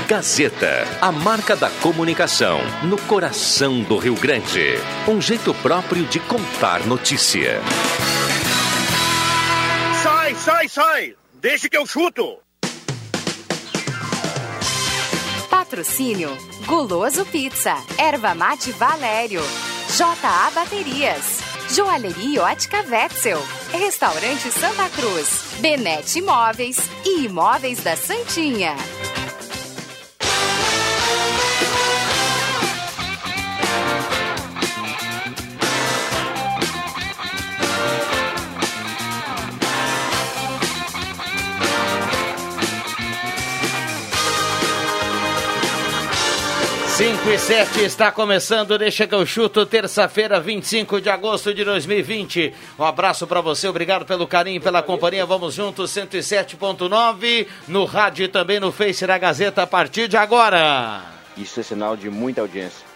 Gazeta, a marca da comunicação no coração do Rio Grande. Um jeito próprio de contar notícia. Sai! Deixa que eu chuto! Patrocínio: Guloso Pizza, Erva Mate Valério, JA Baterias, Joalheria Ótica Wetzel, Restaurante Santa Cruz, Benete Imóveis e Imóveis da Santinha. Cinco e 7 está começando, deixa que eu chuto, terça-feira, 25 de agosto de 2020. Um abraço para você, obrigado pelo carinho, pela companhia. Vamos juntos, 107.9 no rádio e também no Face da Gazeta a partir de agora. Isso é sinal de muita audiência.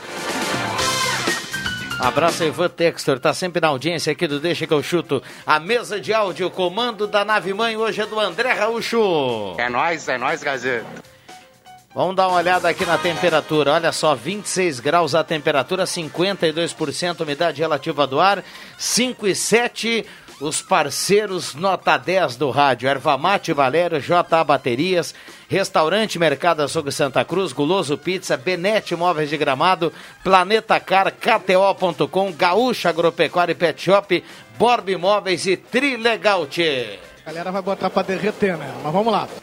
Abraço, Ivan Textor, tá sempre na audiência aqui do Deixa que eu chuto. A mesa de áudio, comando da nave mãe, hoje é do André Raúcho. É nóis, Gazeta. Vamos dar uma olhada aqui na temperatura, olha só, 26 graus a temperatura, 52% umidade relativa do ar, 5 e 7, os parceiros nota 10 do rádio, Erva Mate Valério, JA Baterias, Restaurante Mercado Açougue Santa Cruz, Guloso Pizza, Benete Imóveis de Gramado, Planeta Car, KTO.com, Gaúcha Agropecuária e Pet Shop, Borba Imóveis e Trilegal, tchê. A galera vai botar pra derreter, né? Mas vamos lá.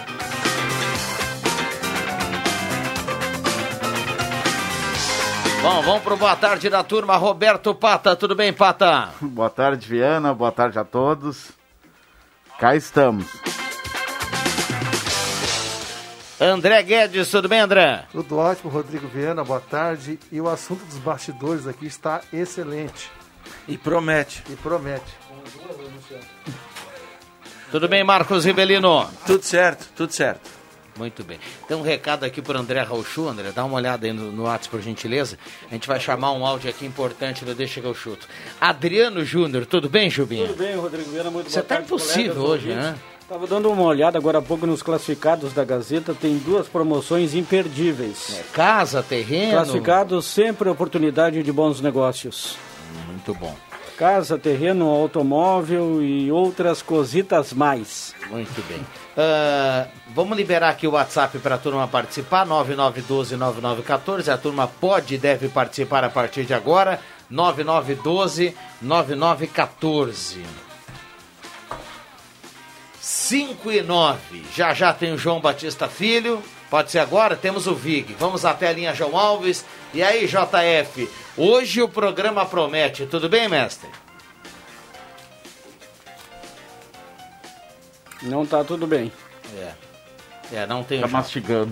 Bom, vamos pro boa tarde da turma. Roberto Pata, tudo bem, Pata? Boa tarde, Viana, boa tarde a todos. Cá estamos. André Guedes, tudo bem, André? Tudo ótimo, Rodrigo Viana, boa tarde. E o assunto dos bastidores aqui está excelente. E promete. Tudo bem, Marcos Rivelino? Tudo certo. Muito bem. Tem um recado aqui para o André Rauchu. André, dá uma olhada aí no WhatsApp, por gentileza. A gente vai chamar um áudio aqui importante do Deixa que eu chuto. Adriano Júnior, tudo bem, Jubinha? Tudo bem, Rodrigo Viana, muito Você boa tarde. Você tá impossível hoje, né? Estava dando uma olhada agora há pouco nos classificados da Gazeta, tem 2 promoções imperdíveis. Casa, terreno... Classificados, sempre oportunidade de bons negócios. Muito bom. Casa, terreno, automóvel e outras cositas mais. Muito bem. Vamos liberar aqui o WhatsApp para a turma participar, 9912-9914. A turma pode e deve participar a partir de agora, 9912-9914. 5 e 9. Já tem o João Batista Filho. Pode ser agora? Temos o Vig. Vamos até a linha João Alves. E aí, JF? Hoje o programa promete. Tudo bem, mestre? Não tá tudo bem. Não tem. Tá mastigando.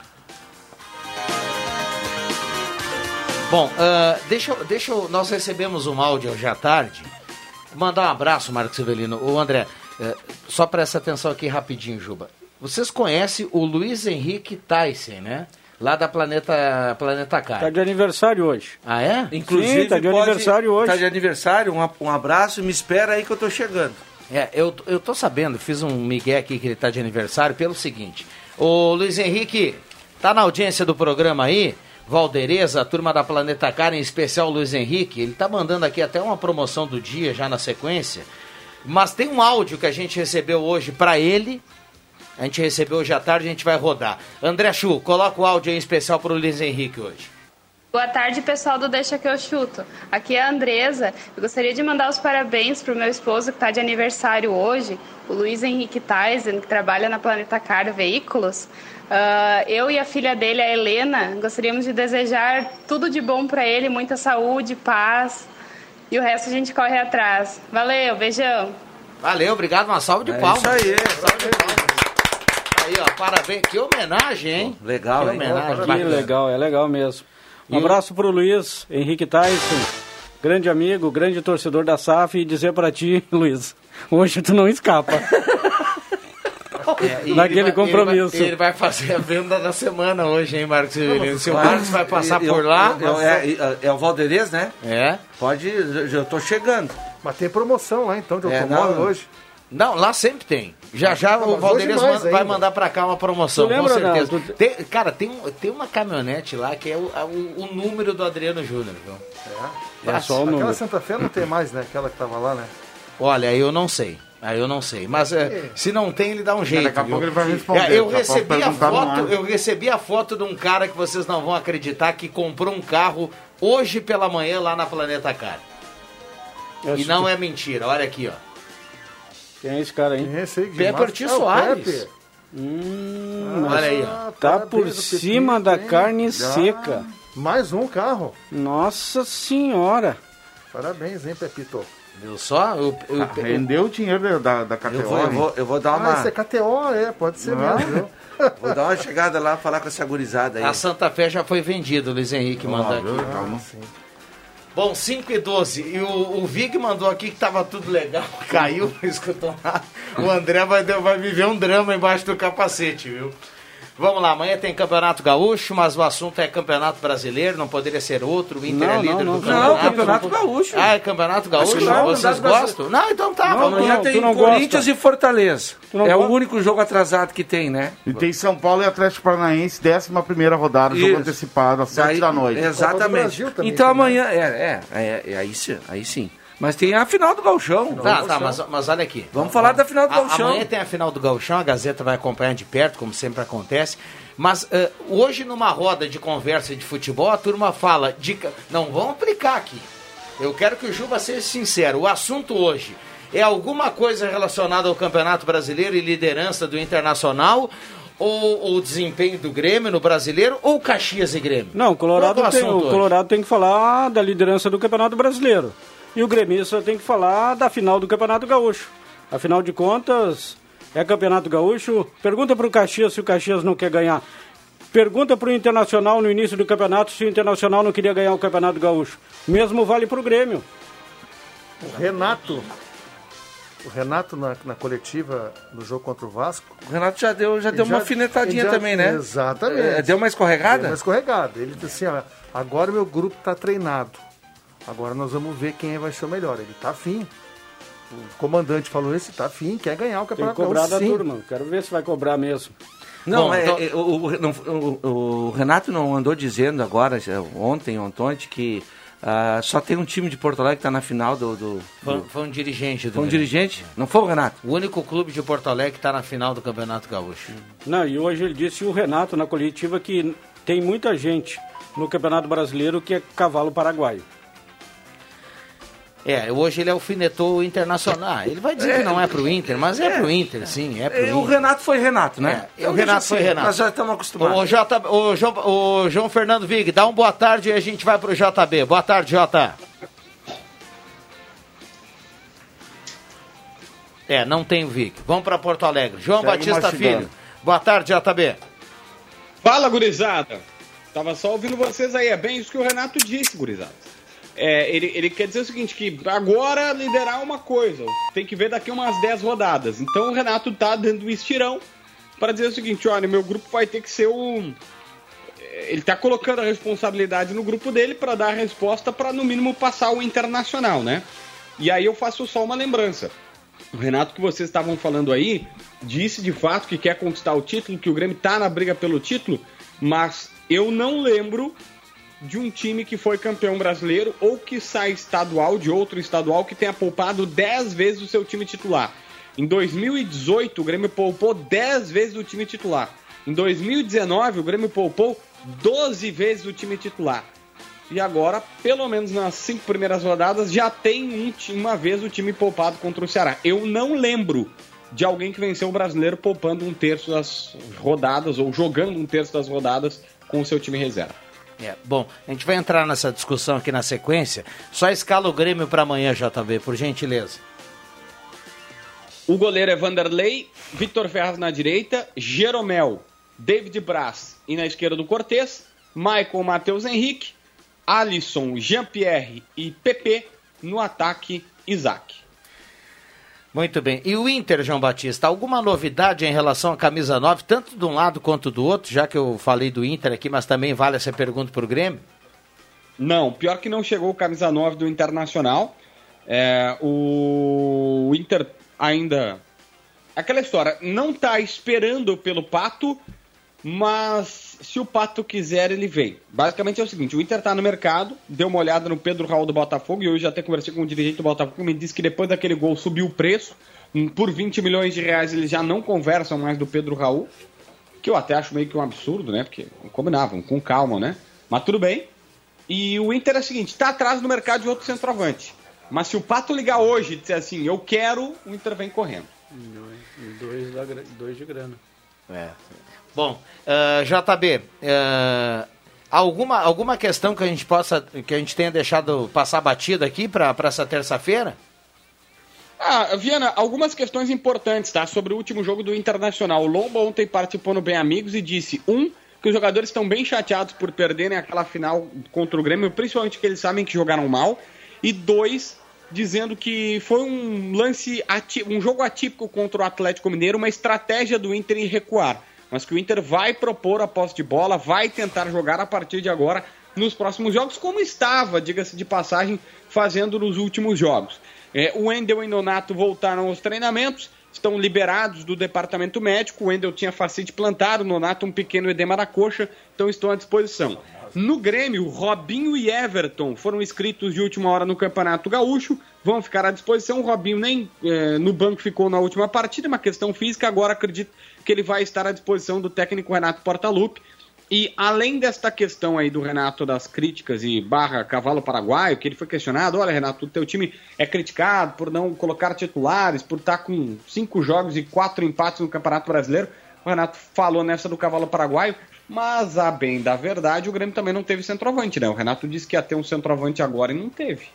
Bom, nós recebemos um áudio hoje à tarde. Mandar um abraço, Marcos Severino. Ô, André, só presta atenção aqui rapidinho, Juba. Vocês conhecem o Luiz Henrique Tyson, né? Lá da Planeta Car. Tá de aniversário hoje. Ah, é? Inclusive, sim, tá de aniversário hoje. Tá de aniversário, um abraço e me espera aí que eu tô chegando. Eu tô sabendo, fiz um migué aqui que ele tá de aniversário pelo seguinte. Ô Luiz Henrique, tá na audiência do programa aí? Valdereza, a turma da Planeta Car, em especial o Luiz Henrique, ele tá mandando aqui até uma promoção do dia já na sequência. Mas tem um áudio que a gente recebeu hoje para ele. A gente recebeu hoje à tarde, a gente vai rodar. André Chu, coloca o áudio aí em especial para o Luiz Henrique hoje. Boa tarde, pessoal do Deixa que eu chuto. Aqui é a Andresa. Eu gostaria de mandar os parabéns para o meu esposo que está de aniversário hoje, o Luiz Henrique Tyson, que trabalha na Planeta Car Veículos. Eu e a filha dele, a Helena, gostaríamos de desejar tudo de bom para ele, muita saúde, paz, e o resto a gente corre atrás. Valeu, beijão. Valeu, obrigado, uma salva de palmas. Isso aí, salve de palmas. Aí, ó, parabéns, que homenagem, hein? Legal, que homenagem. Que legal, é legal mesmo. Um abraço pro Luiz Henrique Tyson, grande amigo, grande torcedor da SAF, e dizer pra ti, Luiz, hoje tu não escapa. Naquele compromisso. Ele vai fazer a venda da semana hoje, hein, Marcos? Se o Marcos vai passar por lá... É o Valderez, né? É. Pode, eu tô chegando. Mas tem promoção lá então de automóvel hoje. Não, lá sempre tem. Já o Valderias vai mandar pra cá uma promoção, com certeza. Tem uma caminhonete lá que é o número do Adriano Júnior, viu? É só o número. Aquela Santa Fé não tem mais, né? Aquela que tava lá, né? Olha, eu não sei. Mas se não tem, ele dá um jeito. Daqui a pouco ele vai responder. Eu recebi a foto de um cara que vocês não vão acreditar que comprou um carro hoje pela manhã lá na Planeta Car. E não é mentira, olha aqui, ó. Quem é esse cara aí? Pepper Soares. Olha aí, ó. Tá por cima da carne seca. Mais um carro. Nossa senhora. Parabéns, hein, Pepito. Viu só? Rendeu o dinheiro da KTO. Eu vou dar uma... Isso é KTO, pode ser mesmo. Vou dar uma chegada lá, falar com essa gurizada aí. A Santa Fé já foi vendida, o Luiz Henrique mandou aqui. Bom, 5:12. E o Vig mandou aqui que tava tudo legal. Caiu, não escutou nada. O André vai viver um drama embaixo do capacete, viu? Vamos lá, amanhã tem Campeonato Gaúcho, mas o assunto é Campeonato Brasileiro, não poderia ser outro. O Inter é líder do campeonato. Não, Campeonato Gaúcho. Ah, é Campeonato Gaúcho? Vocês gostam? Não, então tá. Amanhã tem Corinthians e Fortaleza. É o único jogo atrasado que tem, né? E tem São Paulo e Atlético Paranaense, 11ª rodada, jogo antecipado, às 7 da noite. Exatamente. Então amanhã, aí sim. Mas tem a final do Gauchão. Mas olha aqui. Vamos falar da final do Gauchão. Amanhã tem a final do Gauchão, a Gazeta vai acompanhar de perto, como sempre acontece. Mas hoje, numa roda de conversa de futebol, a turma fala... Não, vamos aplicar aqui. Eu quero que o Juba seja sincero. O assunto hoje é alguma coisa relacionada ao Campeonato Brasileiro e liderança do Internacional... Ou o desempenho do Grêmio no Brasileiro, ou Caxias e Grêmio? Não, o Colorado tem que falar da liderança do Campeonato Brasileiro. E o gremista tem que falar da final do Campeonato Gaúcho. Afinal de contas, é Campeonato Gaúcho. Pergunta para o Caxias se o Caxias não quer ganhar. Pergunta para o Internacional no início do campeonato se o Internacional não queria ganhar o Campeonato Gaúcho. Mesmo vale para o Grêmio. O Renato na coletiva do jogo contra o Vasco. O Renato já deu uma alfinetadinha também, né? Exatamente. Deu uma escorregada? Ele disse assim, agora o meu grupo está treinado. Agora nós vamos ver quem vai ser o melhor. Ele tá afim. O comandante falou isso, tá afim, quer ganhar o Campeonato Gaúcho. Tem que cobrar da turma. Quero ver se vai cobrar mesmo. Não, o Renato não andou dizendo agora, ontem, que só tem um time de Porto Alegre que está na final Foi um dirigente. Foi um dirigente? Não foi o Renato? O único clube de Porto Alegre que está na final do Campeonato Gaúcho. Não, e hoje ele disse o Renato na coletiva que tem muita gente no Campeonato Brasileiro que é cavalo paraguaio. Hoje ele alfinetou o Internacional. Ele vai dizer que não é pro Inter, mas é pro Inter, sim. O Renato foi Renato, né? O Renato foi Renato. Nós já estamos acostumados. O João Fernando Vig, dá um boa tarde e a gente vai pro JB. Boa tarde, Jota. Não tem o Vig. Vamos para Porto Alegre. João Batista Filho. Boa tarde, JB. Fala, gurizada. Tava só ouvindo vocês aí. É bem isso que o Renato disse, gurizada. Ele quer dizer o seguinte, que agora liderar uma coisa, tem que ver daqui umas 10 rodadas. Então o Renato tá dando um estirão para dizer o seguinte, olha, meu grupo vai ter que ser ele tá colocando a responsabilidade no grupo dele para dar a resposta para no mínimo passar o Internacional, né? E aí eu faço só uma lembrança. O Renato que vocês estavam falando aí, disse de fato que quer conquistar o título, que o Grêmio tá na briga pelo título, mas eu não lembro de um time que foi campeão brasileiro ou que sai estadual, de outro estadual, que tenha poupado 10 vezes o seu time titular. Em 2018, o Grêmio poupou 10 vezes o time titular. Em 2019, o Grêmio poupou 12 vezes o time titular. E agora, pelo menos nas 5 primeiras rodadas, já tem uma vez o time poupado contra o Ceará. Eu não lembro de alguém que venceu o brasileiro poupando 1/3 das rodadas ou jogando 1/3 das rodadas com o seu time reserva. Bom, a gente vai entrar nessa discussão aqui na sequência. Só escala o Grêmio para amanhã, JB, por gentileza. O goleiro é Vanderlei, Vitor Ferraz na direita, Jeromel, David Braz e na esquerda do Cortez, Maicon, Matheus Henrique, Alisson, Jean-Pierre e Pepe, no ataque, Isaac. Muito bem. E o Inter, João Batista, alguma novidade em relação à camisa 9, tanto de um lado quanto do outro, já que eu falei do Inter aqui, mas também vale essa pergunta para o Grêmio? Não, pior que não chegou o camisa 9 do Internacional. O Inter ainda... Aquela história, não está esperando pelo Pato, mas se o Pato quiser, ele vem. Basicamente é o seguinte, o Inter está no mercado, deu uma olhada no Pedro Raul do Botafogo, e hoje até conversei com o dirigente do Botafogo, que me disse que depois daquele gol subiu o preço, por 20 milhões de reais eles já não conversam mais do Pedro Raul, que eu até acho meio que um absurdo, né, porque não combinavam, com calma, né, mas tudo bem. E o Inter é o seguinte, está atrás no mercado de outro centroavante, mas se o Pato ligar hoje e disser assim, eu quero, o Inter vem correndo. Dois de grana. Bom, JB, alguma questão que a gente tenha deixado passar batida aqui para essa terça-feira? Viana, algumas questões importantes, tá? Sobre o último jogo do Internacional. O Lomba ontem participou no Bem Amigos e disse, que os jogadores estão bem chateados por perderem aquela final contra o Grêmio, principalmente que eles sabem que jogaram mal, e 2, dizendo que foi um jogo atípico contra o Atlético Mineiro, uma estratégia do Inter em recuar, mas que o Inter vai propor a posse de bola, vai tentar jogar a partir de agora nos próximos jogos, como estava, diga-se de passagem, fazendo nos últimos jogos. O Wendel e Nonato voltaram aos treinamentos, estão liberados do departamento médico, o Wendel tinha fascite plantar, o Nonato um pequeno edema na coxa, então estão à disposição. No Grêmio, Robinho e Everton foram inscritos de última hora no Campeonato Gaúcho, vão ficar à disposição. O Robinho nem no banco ficou na última partida, uma questão física, agora acredito que ele vai estar à disposição do técnico Renato Portaluppi. E além desta questão aí do Renato das críticas e / cavalo paraguaio, que ele foi questionado, olha Renato, o teu time é criticado por não colocar titulares, por estar com 5 jogos e 4 empates no Campeonato Brasileiro, o Renato falou nessa do cavalo paraguaio, mas a bem da verdade o Grêmio também não teve centroavante, né? O Renato disse que ia ter um centroavante agora e não teve.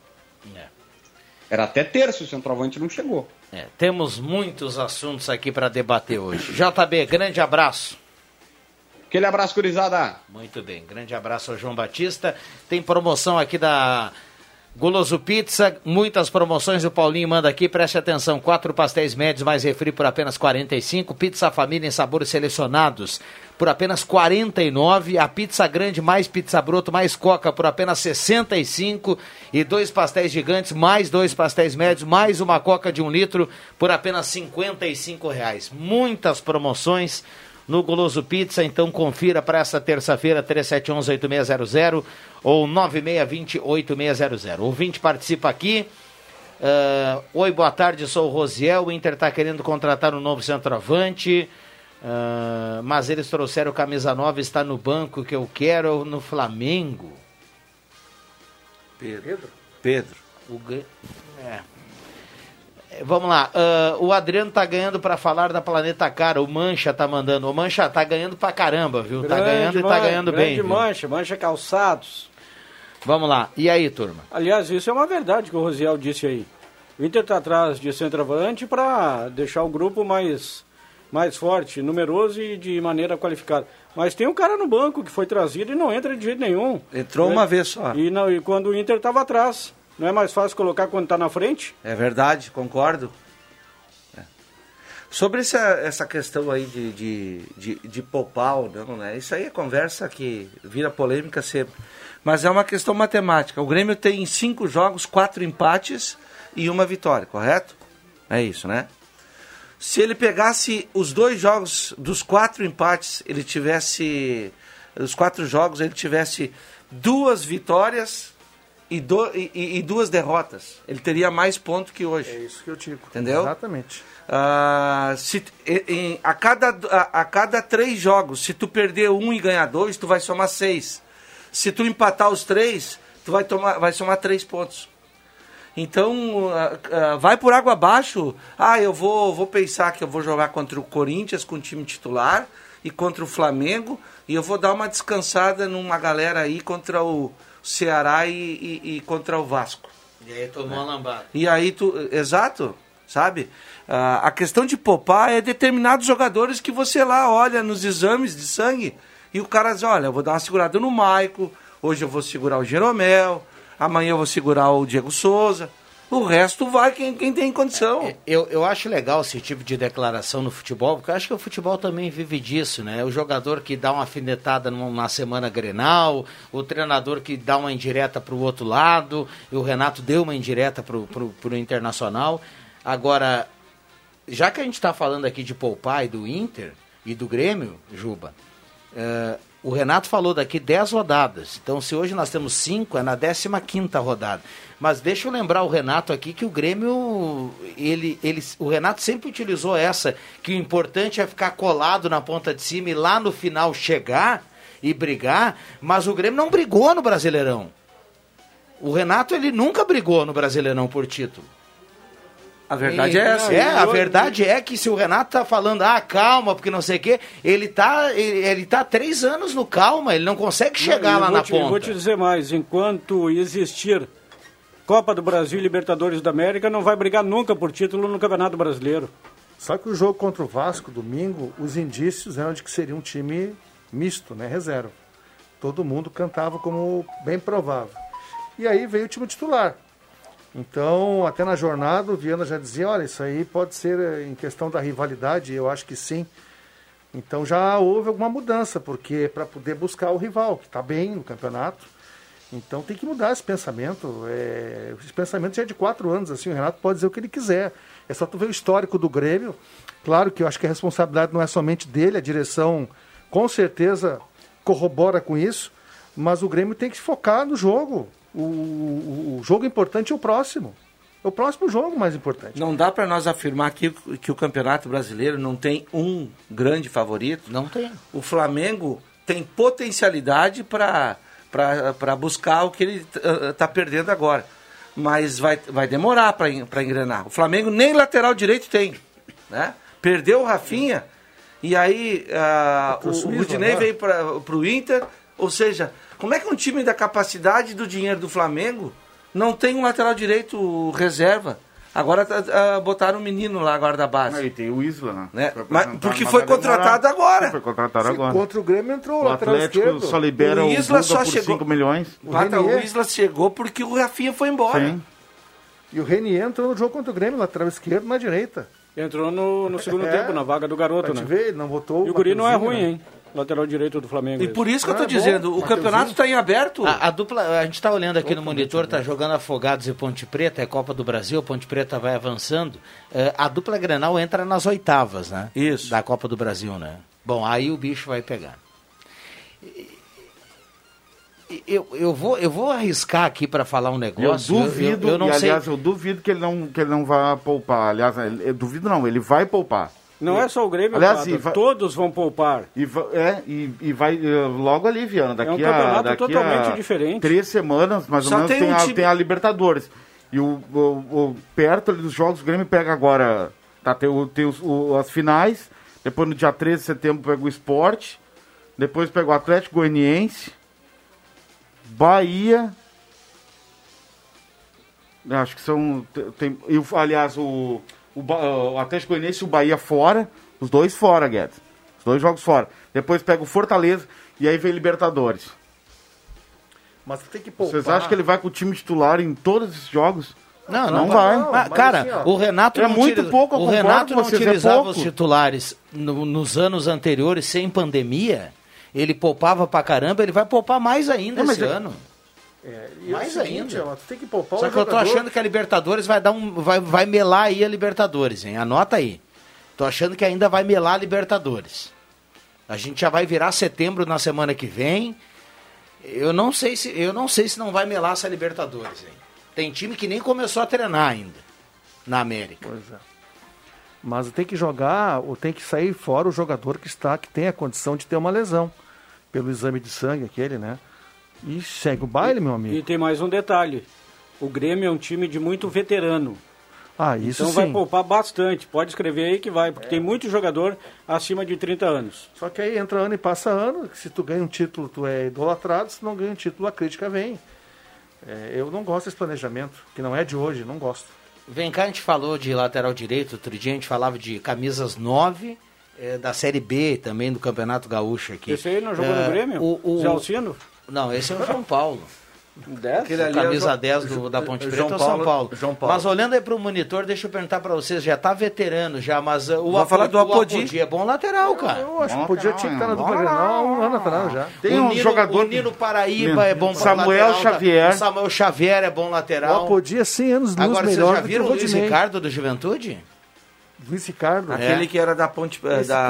Era até terço, o centroavante não chegou. Temos muitos assuntos aqui para debater hoje. JB, grande abraço. Aquele abraço, gurizada. Muito bem, grande abraço ao João Batista. Tem promoção aqui da Goloso Pizza, muitas promoções, o Paulinho manda aqui, preste atenção, 4 pastéis médios mais refri por apenas 45, pizza família em sabores selecionados por apenas 49, a pizza grande mais pizza broto mais coca por apenas 65 e 2 pastéis gigantes mais 2 pastéis médios mais uma coca de 1 litro por apenas R$55. Muitas promoções no Goloso Pizza, então confira para essa terça-feira, 3711-8600 ou 9620-8600. O ouvinte participa aqui. Oi, boa tarde, sou o Rosiel. O Inter está querendo contratar um novo centroavante, mas eles trouxeram camisa 9, está no banco que eu quero no Flamengo. Pedro. Vamos lá, o Adriano tá ganhando para falar da Planeta Cara, o Mancha tá mandando, o Mancha tá ganhando pra caramba, viu? Tá ganhando e tá ganhando bem. Grande Mancha Calçados. Vamos lá, e aí, turma? Aliás, isso é uma verdade que o Rosiel disse aí. O Inter tá atrás de centroavante para deixar o grupo mais forte, numeroso e de maneira qualificada. Mas tem um cara no banco que foi trazido e não entra de jeito nenhum. Entrou uma vez só. E quando o Inter tava atrás. Não é mais fácil colocar quando tá na frente? É verdade, concordo. Sobre essa questão aí de poupar ou não, né? Isso aí é conversa que vira polêmica sempre. Mas é uma questão matemática. O Grêmio tem 5 jogos, 4 empates e 1 vitória, correto? É isso, né? Se ele pegasse os 2 jogos dos 4 empates, ele tivesse... Os 4 jogos, ele tivesse 2 vitórias... E 2 derrotas. Ele teria mais pontos que hoje. É isso que eu digo. Entendeu? Exatamente. A cada 3 jogos, se tu perder 1 e ganhar 2, tu vai somar 6. Se tu empatar os 3, tu vai somar 3 pontos. Então, vai por água abaixo. Eu vou pensar que eu vou jogar contra o Corinthians com o time titular e contra o Flamengo, e eu vou dar uma descansada numa galera aí contra o Ceará e contra o Vasco. E aí tomou uma lambada. E aí exato, sabe? A questão de poupar é determinados jogadores que você lá olha nos exames de sangue e o cara diz, olha, eu vou dar uma segurada no Maico, hoje eu vou segurar o Jeromel, amanhã eu vou segurar o Diego Souza. O resto vai quem tem condição. Eu acho legal esse tipo de declaração no futebol, porque eu acho que o futebol também vive disso, né? O jogador que dá uma alfinetada numa semana Grenal, o treinador que dá uma indireta pro outro lado, e o Renato deu uma indireta pro Internacional. Agora, já que a gente está falando aqui de poupar e do Inter e do Grêmio, Juba, o Renato falou daqui 10 rodadas. Então, se hoje nós temos 5, é na 15ª rodada. Mas deixa eu lembrar o Renato aqui que o Grêmio, o Renato sempre utilizou essa, que o importante é ficar colado na ponta de cima e lá no final chegar e brigar, mas o Grêmio não brigou no Brasileirão. O Renato, ele nunca brigou no Brasileirão por título. A verdade é essa. A verdade é que se o Renato tá falando, calma, porque não sei o quê, ele tá 3 anos no calma, ele não consegue chegar lá na ponta. Eu vou te dizer mais, enquanto existir Copa do Brasil e Libertadores da América, não vai brigar nunca por título no Campeonato Brasileiro. Só que o jogo contra o Vasco, domingo, os indícios eram de que seria um time misto, né, reserva. Todo mundo cantava como bem provável. E aí veio o time titular. Então, até na jornada, o Viana já dizia, olha, isso aí pode ser em questão da rivalidade, eu acho que sim. Então já houve alguma mudança, porque para poder buscar o rival, que está bem no campeonato, então tem que mudar esse pensamento. Esse pensamento já é de 4 anos, assim, o Renato pode dizer o que ele quiser. É só tu ver o histórico do Grêmio. Claro que eu acho que a responsabilidade não é somente dele, a direção com certeza corrobora com isso, mas o Grêmio tem que se focar no jogo. O jogo importante é o próximo. É o próximo jogo mais importante. Não dá para nós afirmar que o Campeonato Brasileiro não tem um grande favorito. Não tem. O Flamengo tem potencialidade para buscar o que ele está perdendo agora. Mas vai demorar para engrenar. O Flamengo nem lateral direito tem, né? Perdeu o Rafinha e aí o Rudinei veio para o Inter. Ou seja, como é que um time da capacidade do dinheiro do Flamengo não tem um lateral direito reserva? Agora botaram um menino lá agora da base. E tem o Isla, né? Porque foi contratado agora. Foi contratado agora. Contra o Grêmio entrou o lateral esquerdo. Só libera o Isla só por 5 milhões. O Isla chegou porque o Rafinha foi embora. Sim. E o Renier entrou no jogo contra o Grêmio, lateral esquerdo, na direita. Entrou no segundo tempo, na vaga do garoto, né? Ver, ele não botou e o guri não é ruim, hein? Lateral direito do Flamengo. E por isso que eu tô dizendo, o campeonato está em aberto. A dupla, a gente tá olhando aqui no monitor, tá jogando Afogados e Ponte Preta, é Copa do Brasil, Ponte Preta vai avançando. A dupla Grenal entra nas oitavas, né? Isso. Da Copa do Brasil, né? Bom, aí o bicho vai pegar. Eu vou arriscar aqui para falar um negócio. Eu duvido, eu duvido que ele não vá poupar. Aliás, eu duvido não, ele vai poupar. Não é só o Grêmio, todos vão poupar. E vai logo ali, Viana. Daqui um campeonato totalmente diferente. 3 semanas, mais ou menos, tem a Libertadores. E perto ali dos jogos, o Grêmio pega agora. Tem as finais. Depois no dia 13 de setembro pega o Sport. Depois pega o Atlético Goianiense. Bahia. Acho que são. Aliás, o Atlético Goianiense e o Bahia fora, os dois fora, Guedes. Os 2 jogos fora. Depois pega o Fortaleza e aí vem Libertadores. Mas tem que poupar. Vocês acham que ele vai com o time titular em todos esses jogos? Não vai. Mas cara, assim, o Renato é muito pouco. O Renato não utilizava os titulares nos anos anteriores sem pandemia. Ele poupava pra caramba, ele vai poupar mais ainda esse ano. Mais ainda. Tu tem que poupar. Só que eu tô achando que a Libertadores vai melar aí a Libertadores, hein? Anota aí. Tô achando que ainda vai melar a Libertadores. A gente já vai virar setembro na semana que vem. Eu não sei se não vai melar essa Libertadores, hein? Tem time que nem começou a treinar ainda na América. Pois é. Mas tem que jogar, ou tem que sair fora o jogador que tem a condição de ter uma lesão. Pelo exame de sangue aquele, né? E segue o baile, meu amigo. E tem mais um detalhe. O Grêmio é um time de muito veterano. Isso então sim. vai poupar bastante. Pode escrever aí que vai, porque tem muito jogador acima de 30 anos. Só que aí entra ano e passa ano. Se tu ganha um título, tu é idolatrado. Se não ganha um título, a crítica vem. Eu não gosto desse planejamento, que não é de hoje, não gosto. Vem cá, a gente falou de lateral direito, outro dia a gente falava de camisas 9 da Série B também do Campeonato Gaúcho aqui. Esse aí não jogou no Grêmio? Zé Alcino? Não, esse é o João Paulo. Camisa 10 da Ponte Preta ou São Paulo. João Paulo. Mas olhando aí pro monitor, deixa eu perguntar pra vocês, já tá veterano já, mas Vou falar do Apodi. É bom lateral, cara. Eu acho que podia tinha que estar na dupla Grenal um ano atrás já. Tem um jogador... O Nino Paraíba é bom Samuel lateral. Xavier. O Samuel Xavier é bom lateral. O Apodi é 100 anos luz Agora, melhor vocês já do que viram o o Luiz Rodinei. Ricardo do Juventude? Luiz Ricardo. Aquele que era da Ponte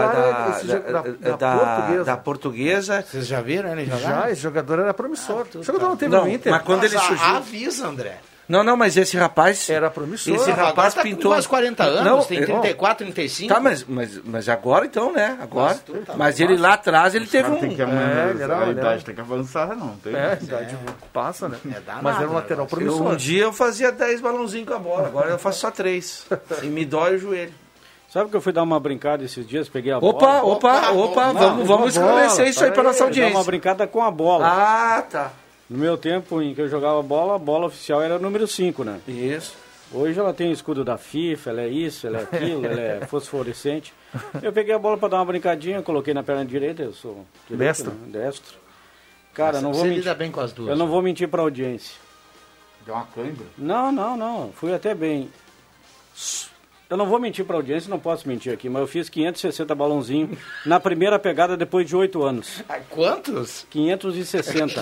da Portuguesa. Vocês já viram ele jogar? Já, esse jogador era promissor. O jogador não teve no Inter. Mas quando ele surgiu... Avisa, André. Não, mas esse rapaz... Era promissor. Esse rapaz tá pintou... com quase 40 anos, tem 34, 35. Tá, mas agora então, né? Agora. Mas ele lá atrás, ele teve um... Tem que a idade tem que avançar, não. A idade passa, né? Mas era um lateral promissor. Um dia eu fazia 10 balãozinhos com a bola, agora eu faço só 3. E me dói o joelho. Sabe que eu fui dar uma brincada esses dias, peguei a bola... Opa, vamos esclarecer isso aí pra nossa audiência. Dar uma brincada com a bola. Ah, tá. No meu tempo em que eu jogava bola, a bola oficial era número 5, né? Isso. Hoje ela tem o escudo da FIFA, ela é isso, ela é aquilo, ela é fosforescente. Eu peguei a bola pra dar uma brincadinha, coloquei na perna direita, eu sou destro. Né? Destro. Cara, não vou mentir. Lida bem com as duas. Eu não vou mentir pra audiência. Deu uma cãibra? Não. Fui até bem. Eu não vou mentir pra audiência, não posso mentir aqui, mas eu fiz 560 balãozinhos na primeira pegada depois de 8 anos. Quantos? 560.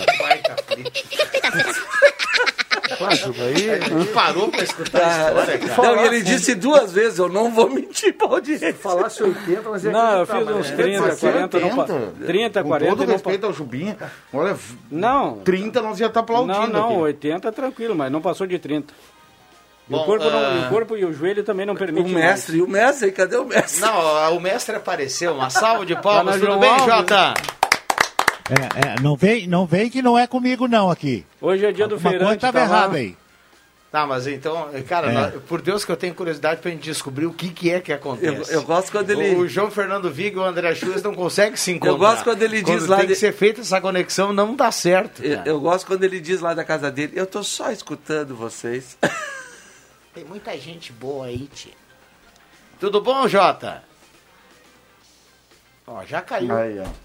Ele parou pra escutar a história, cara. Não, e ele disse 2 vezes, eu não vou mentir pra audiência. Se falasse 80, mas ia não, eu fiz uns 30, 40, 30, 40. Com todo respeito ao Jubinha, olha, não, 30 nós já tá aplaudindo. Não, 80 tranquilo, mas não passou de 30. Bom, o corpo e o joelho também não permitem. O mestre, cadê o mestre? Não, o mestre apareceu. Uma salva de palmas, tudo bem, Jota? Não vem que não é comigo não aqui. Hoje é dia do feirante. Uma coisa estava errada aí. Tá, mas então, cara, por Deus que eu tenho curiosidade pra gente descobrir o que é que acontece. Eu gosto quando ele... O João Fernando Vig e o André Chures não conseguem se encontrar. Eu gosto quando ele diz lá... Tem que ser feita essa conexão, não dá certo. Eu gosto quando ele diz lá da casa dele, eu tô só escutando vocês. Tem muita gente boa aí, tia. Tudo bom, Jota? Ó, já caiu. Aí, ó.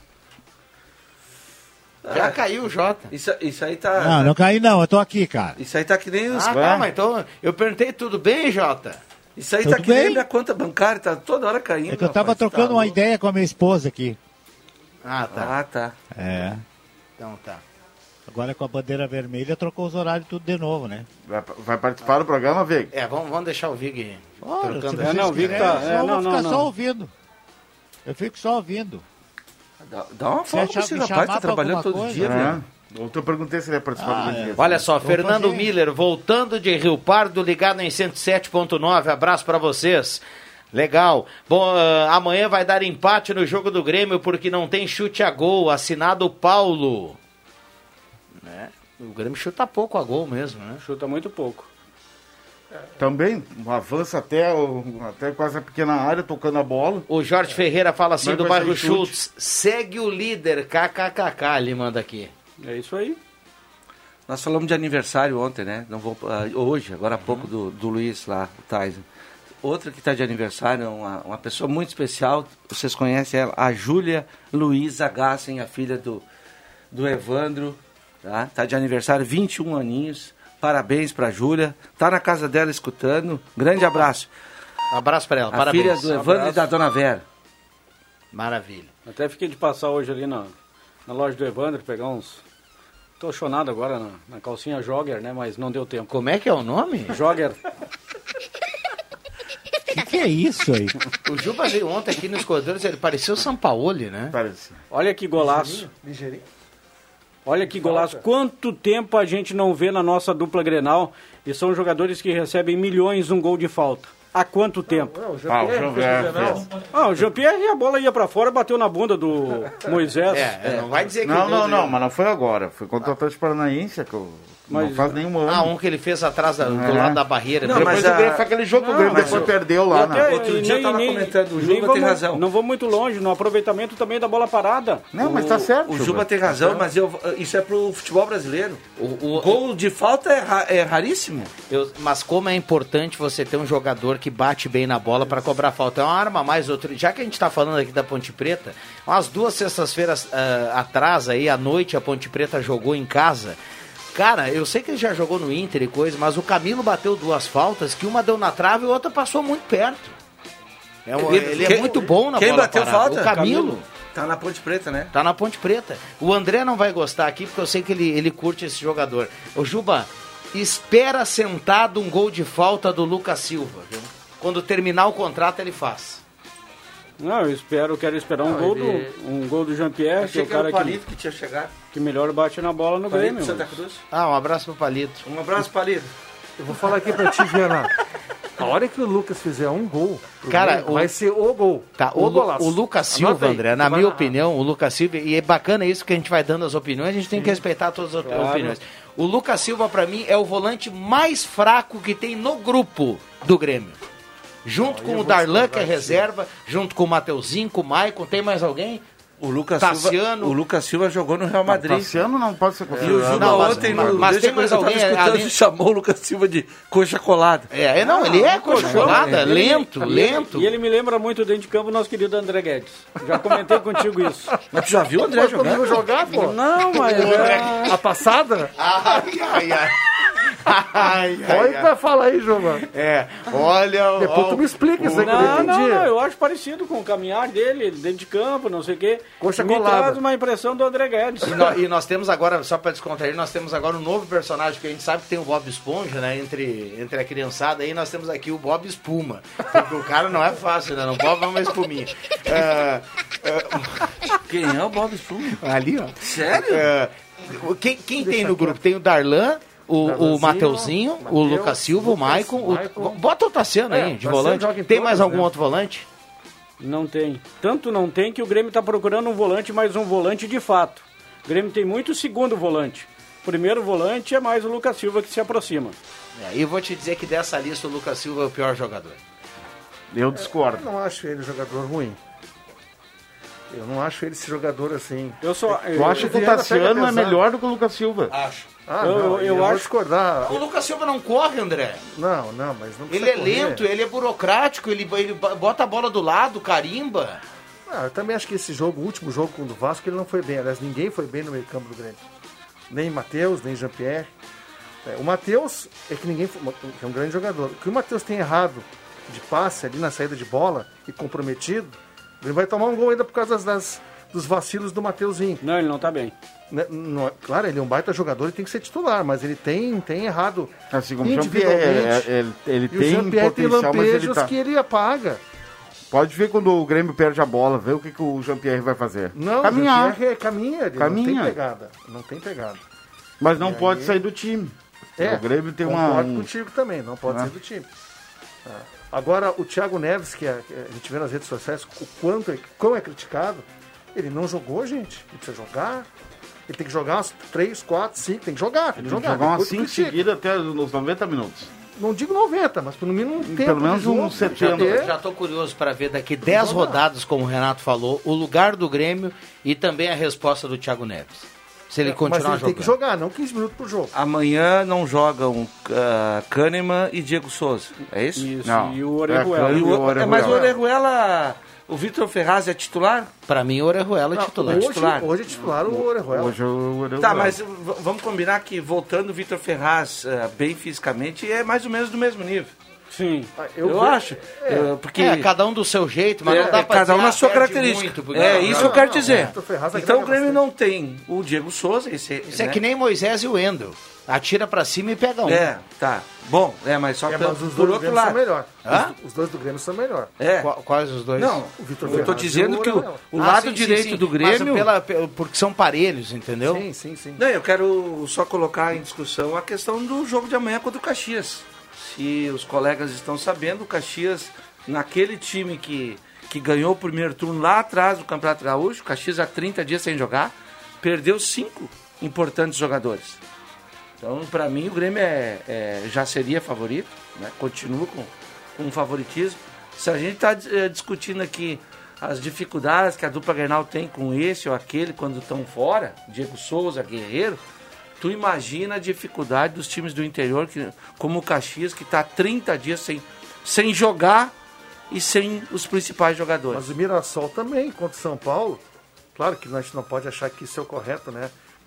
Já caiu o Jota. Isso aí tá... Não caiu não, eu tô aqui, cara. Isso aí tá que nem os... tá, mas então eu perguntei, tudo bem, Jota? Isso aí tudo tá que nem a minha conta bancária, tá toda hora caindo. É que eu tava trocando uma ideia com a minha esposa aqui. Tá. É. Então tá. Agora com a bandeira vermelha trocou os horários tudo de novo, né? Vai participar do programa, Vig? Vamos deixar o Vig trocando. O Vig tá... Eu vou ficar só ouvindo. Eu fico só ouvindo. Dá uma folga pra esse rapaz, tá trabalhando todo dia, velho. Eu perguntei se ele ia participar do dia. Olha só, Fernando Miller, voltando de Rio Pardo, ligado em 107.9. Abraço pra vocês. Legal. Bom, amanhã vai dar empate no jogo do Grêmio porque não tem chute a gol. Assinado Paulo. O Grêmio chuta pouco a gol mesmo, né? Chuta muito pouco. Também, avança até quase a pequena área, tocando a bola. O Jorge Ferreira fala assim do bairro Schultz, segue o líder, kkkk, ele manda aqui. É isso aí. Nós falamos de aniversário ontem, né? Não vou, hoje, agora há pouco, do Luiz lá, o Tyson. Outra que está de aniversário é uma pessoa muito especial, vocês conhecem ela, a Júlia Luiza Gassen, a filha do Evandro. Tá de aniversário, 21 aninhos. Parabéns pra Júlia. Tá na casa dela escutando. Grande abraço. Abraço pra ela, a parabéns. Filha do Evandro e da Dona Vera. Maravilha. Até fiquei de passar hoje ali na loja do Evandro, pegar uns... Tô chonado agora na calcinha Jogger, né? Mas não deu tempo. Como é que é o nome? Jogger. Que é isso aí? O Juba veio ontem aqui nos corredores, ele parecia o Sampaoli, né? Parece. Olha que golaço. Ligeirinho. Olha que golaço. Quanto tempo a gente não vê na nossa dupla Grenal e são jogadores que recebem milhões um gol de falta. Há quanto tempo? O Jean-Pierre, a bola ia pra fora, bateu na bunda do Moisés. Não vai dizer que... Não, mas não foi agora. Foi contra o Atlético Paranaense, que não faz nenhum ano. Um que ele fez atrás do lado da barreira. Não, depois o Grêmio foi aquele jogo que o Grêmio depois perdeu lá. Outro dia eu tava comentando, o Juba tem razão. Não vou muito longe, no aproveitamento também da bola parada. Não, mas tá certo. O Juba tem razão, mas isso é pro futebol brasileiro. O gol de falta é raríssimo. Mas como é importante você ter um jogador que bate bem na bola para cobrar falta. É uma arma a mais. Já que a gente tá falando aqui da Ponte Preta, umas 2 sextas-feiras atrás, aí, à noite, a Ponte Preta jogou em casa Cara, eu sei que ele já jogou no Inter e coisa, mas o Camilo bateu 2 faltas, que uma deu na trave e a outra passou muito perto. Ele é muito bom na bola. Quem bateu falta? O Camilo. Tá na Ponte Preta, né? Tá na Ponte Preta. O André não vai gostar aqui, porque eu sei que ele curte esse jogador. Ô, Juba, espera sentado um gol de falta do Lucas Silva, viu? Quando terminar o contrato, ele faz. Não, quero esperar um gol do Jean-Pierre, que é o cara Palito que tinha chegado. Que melhor bate na bola no Grêmio. Santa Cruz. Um abraço pro Palito. Um abraço, Palito. Eu vou falar aqui pra ti, Viana. A hora que o Lucas fizer um gol, cara, vai ser o gol. Tá, o Lucas Silva, André, na minha opinião, o Lucas Silva, e é bacana isso que a gente vai dando as opiniões, a gente tem que respeitar todas as opiniões. O Lucas Silva, pra mim, é o volante mais fraco que tem no grupo do Grêmio. Junto com o Darlan, que é reserva, junto com o Mateuzinho, com o Maicon, tem mais alguém? O Lucas Silva jogou no Real Madrid. Tassiano não pode ser considerado. E o Juba ontem, mas tem mais alguém ali... chamou o Lucas Silva de coxa colada. Ele é coxa colada, lento. E ele me lembra muito dentro de campo o nosso querido André Guedes. Já comentei contigo isso. Mas tu já viu o André jogar, pô? Não, mas... A passada? Pode falar aí, Juba. Olha... Depois tu me explica isso aí que eu não entendi. Não, eu acho parecido com o caminhar dele, dentro de campo, não sei o quê. Coxa me colada. traz uma impressão do André Guedes. E nós temos agora, só para descontrair, nós temos agora um novo personagem, que a gente sabe que tem o Bob Esponja, né, entre a criançada, aí nós temos aqui o Bob Espuma. Porque o cara não é fácil, né, o Bob é uma espuminha. Quem é o Bob Espuma? Ali, ó. Sério? Quem tem no grupo? Tem o Darlan, o Mateuzinho, o Lucas Silva, o Maicon. Bota o Tassiano aí, de volante. Tem mais algum outro volante? Não tem. Tanto não tem que o Grêmio está procurando um volante, mas um volante de fato. O Grêmio tem muito segundo volante. Primeiro volante é mais o Lucas Silva que se aproxima. E vou te dizer que dessa lista o Lucas Silva é o pior jogador. Eu discordo. Eu não acho ele um jogador ruim. Eu não acho ele esse jogador assim. Eu acho que o Tassiano é melhor do que o Lucas Silva. Acho. Eu acho discordar. O Lucas Silva não corre, André. Não, mas não ele é lento, ele é burocrático, ele bota a bola do lado, carimba. Eu também acho que esse jogo, o último jogo com o do Vasco, ele não foi bem. Aliás, ninguém foi bem no meio campo do Grêmio. Nem Matheus, nem Jean-Pierre. O Matheus é que ninguém foi, é um grande jogador. O que o Matheus tem errado de passe ali na saída de bola e comprometido, ele vai tomar um gol ainda por causa dos vacilos do Mateuzinho. Não, ele não tá bem. Claro, ele é um baita jogador e tem que ser titular, mas ele tem errado assim como individualmente. Ele tem potencial, mas ele que ele apaga. Pode ver quando o Grêmio perde a bola, ver o que o Jean-Pierre vai fazer. Não, caminhar. O Jean-Pierre caminha. Não tem pegada. Mas não pode sair do time. O Grêmio tem concordo contigo também, não pode sair do time. Agora, o Thiago Neves, que a gente vê nas redes sociais, quão é criticado, ele não jogou, gente. Ele precisa jogar. Ele tem que jogar umas 3, 4, 5, tem que jogar. Tem que jogar umas 5 seguidas até os 90 minutos. Não digo 90, mas pelo menos um tempo. Pelo menos uns 70. Já estou curioso para ver daqui 10 rodadas, como o Renato falou, o lugar do Grêmio e também a resposta do Thiago Neves. Se ele continuar jogando. Mas ele tem que jogar, não 15 minutos por jogo. Amanhã não jogam Kahneman e Diego Souza, é isso? Isso, não. E o Orejuela. Mas o Orejuela... O Vitor Ferraz é titular? Para mim, o Orejuela é titular. Hoje é titular o Orejuela. Hoje o Orejuela. Tá, mas vamos combinar que voltando o Vitor Ferraz bem fisicamente é mais ou menos do mesmo nível. Sim. Eu acho. Porque cada um do seu jeito, mas não dá pra cada um na sua característica. Isso eu quero dizer. Então o Grêmio não tem o Diego Souza. Isso é que nem Moisés e o Wendel. Atira pra cima e pega um. Tá. Bom, mas só por outro lado. Os dois do Grêmio são melhor. Quais os dois? Não, eu tô dizendo que o lado direito do Grêmio... porque são parelhos, entendeu? Sim. Não, eu quero só colocar em discussão a questão do jogo de amanhã contra o Caxias. Se os colegas estão sabendo, o Caxias, naquele time que ganhou o primeiro turno lá atrás do Campeonato Gaúcho, o Caxias há 30 dias sem jogar, perdeu 5 importantes jogadores. Então, para mim, o Grêmio já seria favorito, né? Continua com um favoritismo. Se a gente está discutindo aqui as dificuldades que a dupla Grenal tem com esse ou aquele quando estão fora, Diego Souza, Guerreiro, tu imagina a dificuldade dos times do interior, como o Caxias, que está 30 dias sem jogar e sem os principais jogadores. Mas o Mirassol também, contra o São Paulo, claro que a gente não pode achar que isso é o correto, né?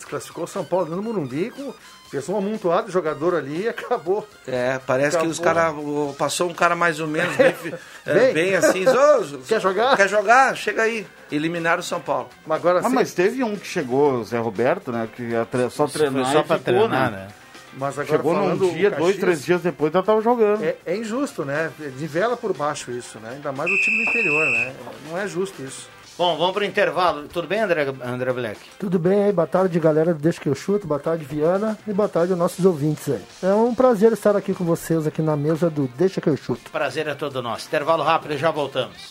Desclassificou o São Paulo no Morumbi, fez um amontoado de jogador ali e acabou. Parece que os caras... Passou um cara mais ou menos bem assim. Quer jogar? Quer jogar? Chega aí. Eliminaram o São Paulo. Mas teve um que chegou, o Zé Roberto, né? Que só treinar. Só pra treinar, né? Mas agora chegou num dia, Caxias, 2, 3 dias depois já tava jogando. É injusto, né? Nivela por baixo isso, né? Ainda mais o time do interior, né? Não é justo isso. Bom, vamos pro intervalo. Tudo bem, André Black? Tudo bem aí, boa tarde, galera do Deixa Que Eu Chuto, boa tarde, Viana, e boa tarde aos nossos ouvintes aí. É um prazer estar aqui com vocês, aqui na mesa do Deixa Que Eu Chuto. Prazer é todo nosso. Intervalo rápido e já voltamos.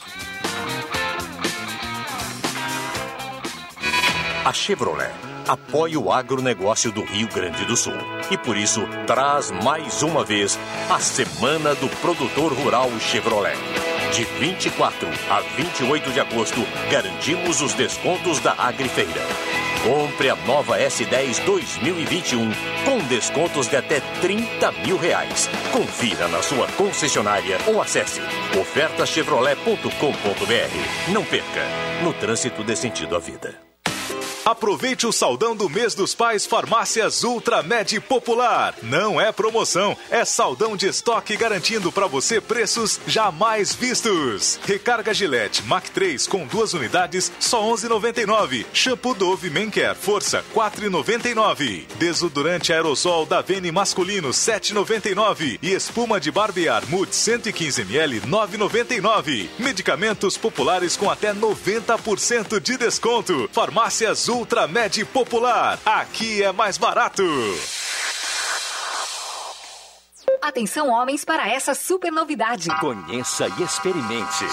A Chevrolet apoia o agronegócio do Rio Grande do Sul e, por isso, traz mais uma vez a Semana do Produtor Rural Chevrolet. De 24 a 28 de agosto, garantimos os descontos da Agrifeira. Compre a nova S10 2021 com descontos de até R$30 mil. Confira na sua concessionária ou acesse ofertaschevrolet.com.br. Não perca, no trânsito dê sentido à vida. Aproveite o saldão do mês dos pais Farmácias Ultramed Popular. Não é promoção, é saldão de estoque garantindo para você preços jamais vistos. Recarga Gillette Mac 3 com 2 unidades, só R$11,99. Shampoo Dove Men Care Força, R$4,99. Desodorante aerossol da Vene masculino, R$7,99. E espuma de barbear Mood 115ml, R$9,99. Medicamentos populares com até 90% de desconto. Farmácias Ultramed Popular. Aqui é mais barato. Atenção, homens, para essa super novidade. Conheça e experimente.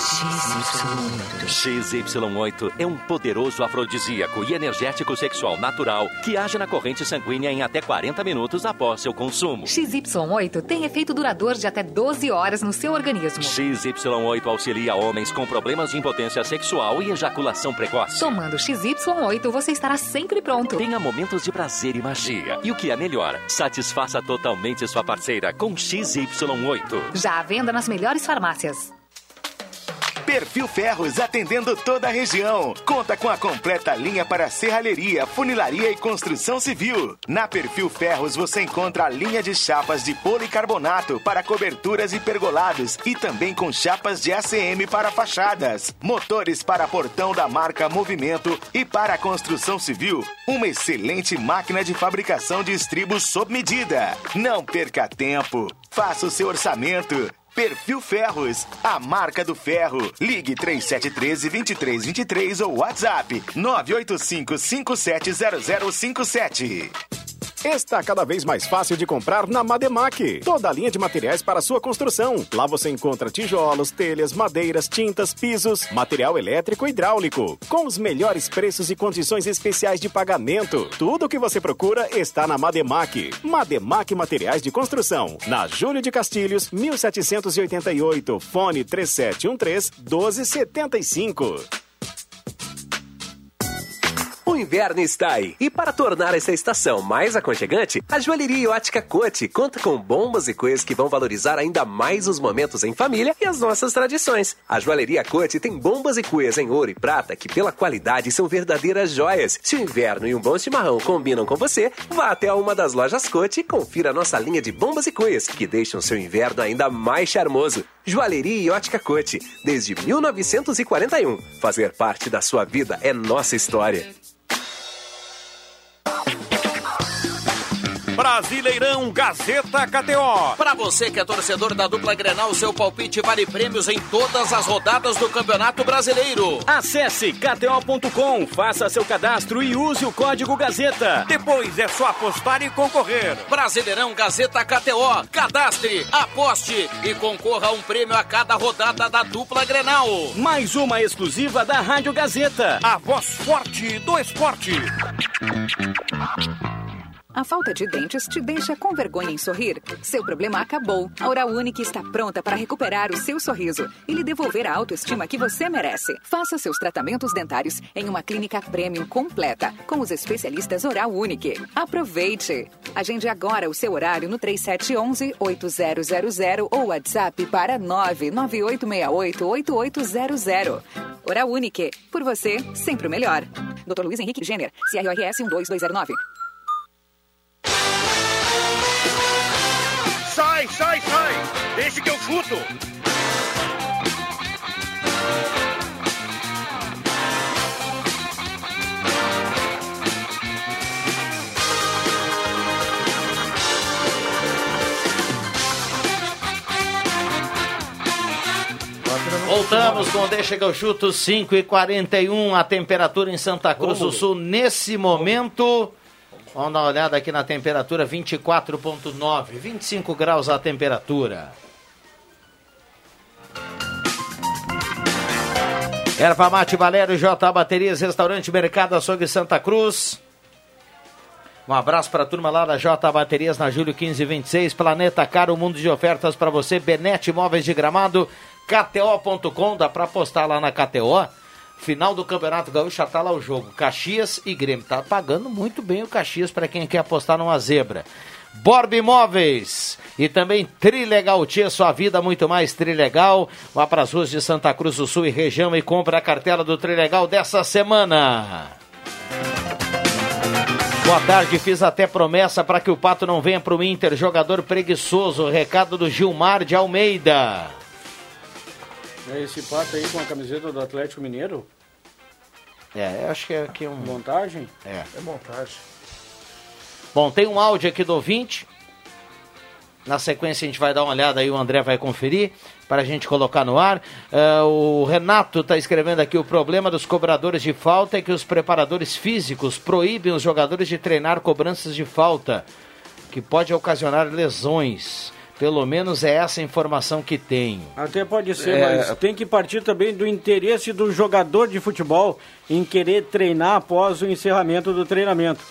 XY8 é um poderoso afrodisíaco e energético sexual natural que age na corrente sanguínea em até 40 minutos após seu consumo. XY8 tem efeito duradouro de até 12 horas no seu organismo. XY8 auxilia homens com problemas de impotência sexual e ejaculação precoce. Tomando XY8, você estará sempre pronto. Tenha momentos de prazer e magia. E o que é melhor, satisfaça totalmente sua parceira com XY8. Já à venda nas melhores farmácias. Perfil Ferros, atendendo toda a região. Conta com a completa linha para serralheria, funilaria e construção civil. Na Perfil Ferros você encontra a linha de chapas de policarbonato para coberturas e pergolados e também com chapas de ACM para fachadas. Motores para portão da marca Movimento e para a construção civil, uma excelente máquina de fabricação de estribos sob medida. Não perca tempo. Faça o seu orçamento. Perfil Ferros, a marca do ferro. Ligue 3713-2323 ou WhatsApp 985-570057. Está cada vez mais fácil de comprar na Mademac. Toda a linha de materiais para sua construção. Lá você encontra tijolos, telhas, madeiras, tintas, pisos, material elétrico e hidráulico. Com os melhores preços e condições especiais de pagamento. Tudo o que você procura está na Mademac. Mademac Materiais de Construção. Na Júlio de Castilhos, 1788. Fone 3713-1275. O inverno está aí. E para tornar essa estação mais aconchegante, a Joalheria Ótica Cote conta com bombas e coisas que vão valorizar ainda mais os momentos em família e as nossas tradições. A Joalheria Cote tem bombas e cuias em ouro e prata que, pela qualidade, são verdadeiras joias. Se o inverno e um bom chimarrão combinam com você, vá até uma das lojas Cote e confira a nossa linha de bombas e cuias, que deixam seu inverno ainda mais charmoso. Joalheria Ótica Cote, desde 1941. Fazer parte da sua vida é nossa história. Brasileirão Gazeta KTO. Para você que é torcedor da dupla Grenal, seu palpite vale prêmios em todas as rodadas do Campeonato Brasileiro. Acesse kto.com, faça seu cadastro e use o código Gazeta. Depois é só apostar e concorrer. Brasileirão Gazeta KTO. Cadastre, aposte e concorra a um prêmio a cada rodada da dupla Grenal. Mais uma exclusiva da Rádio Gazeta, a voz forte do esporte. A falta de dentes te deixa com vergonha em sorrir? Seu problema acabou. A Oral Unique está pronta para recuperar o seu sorriso e lhe devolver a autoestima que você merece. Faça seus tratamentos dentários em uma clínica premium completa, com os especialistas Oral Unique. Aproveite! Agende agora o seu horário no 3711-8000 ou WhatsApp para 99868-8800. Oral Unique. Por você, sempre o melhor. Dr. Luiz Henrique Jenner, CRORS 12209. Sai! Deixa que eu chuto! Voltamos com Deixa que eu chuto, 5h41, a temperatura em Santa Cruz do Sul nesse momento. Vamos dar uma olhada aqui na temperatura, 24,9, 25 graus a temperatura. Erva Mate Valério, J Baterias, Restaurante Mercado Açougue Santa Cruz. Um abraço para a turma lá da J Baterias na Júlio 1526, Planeta Caro, mundo de ofertas para você, Benete Móveis de Gramado, KTO.com, dá para apostar lá na KTO. Final do Campeonato Gaúcho, já tá lá o jogo. Caxias e Grêmio. Tá pagando muito bem o Caxias para quem quer apostar numa zebra. Borb Imóveis e também Trilegal Tia, sua vida muito mais Trilegal. Vá para as ruas de Santa Cruz do Sul e região e compra a cartela do Trilegal dessa semana. Boa tarde, fiz até promessa para que o Pato não venha para o Inter. Jogador preguiçoso, recado do Gilmar de Almeida. É esse Pato aí com a camiseta do Atlético Mineiro? Acho que é aqui um... Montagem? É montagem. Bom, tem um áudio aqui do ouvinte. Na sequência a gente vai dar uma olhada aí, o André vai conferir para a gente colocar no ar. O Renato está escrevendo aqui: o problema dos cobradores de falta é que os preparadores físicos proíbem os jogadores de treinar cobranças de falta, que pode ocasionar lesões. Pelo menos é essa a informação que tenho. Até pode ser, mas tem que partir também do interesse do jogador de futebol em querer treinar após o encerramento do treinamento.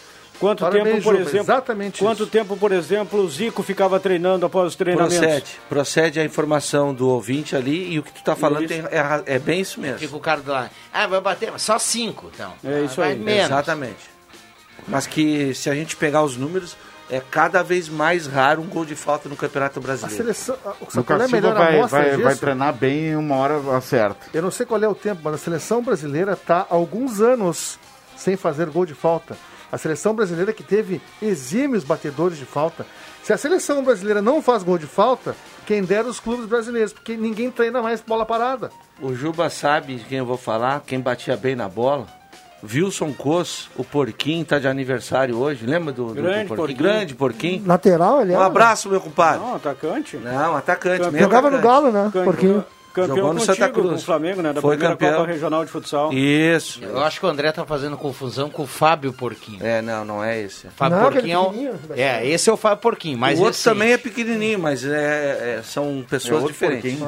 Quanto tempo, por exemplo, o Zico ficava treinando após os treinamentos? Procede a informação do ouvinte ali, e o que tu tá falando é bem isso mesmo. Fica o cara lá, vai bater, mas só 5, então. É isso aí. Menos. Exatamente. Mas que se a gente pegar os números, é cada vez mais raro um gol de falta no Campeonato Brasileiro. A seleção, o Caciba vai treinar bem uma hora certa. Eu não sei qual é o tempo, mas a seleção brasileira está há alguns anos sem fazer gol de falta. A seleção brasileira que teve exímios batedores de falta. Se a seleção brasileira não faz gol de falta, quem dera os clubes brasileiros, porque ninguém treina mais bola parada. O Juba sabe de quem eu vou falar, quem batia bem na bola. Wilson Cos, o Porquinho, tá de aniversário hoje. Lembra do Porquinho? Grande Porquinho. Lateral, aliás. Um abraço, meu compadre. Não, atacante. Não, atacante mesmo. Jogava no Galo, né? Porquinho. Campeão jogou no Santa Cruz. Com o Flamengo, né? Da Foi primeira campeão. Copa Regional de Futsal. Isso. Eu acho que o André tá fazendo confusão com o Fábio Porquinho. Não é esse. Fábio Porquinho esse é o Fábio Porquinho. Mas o outro também é pequenininho, mas são pessoas diferentes.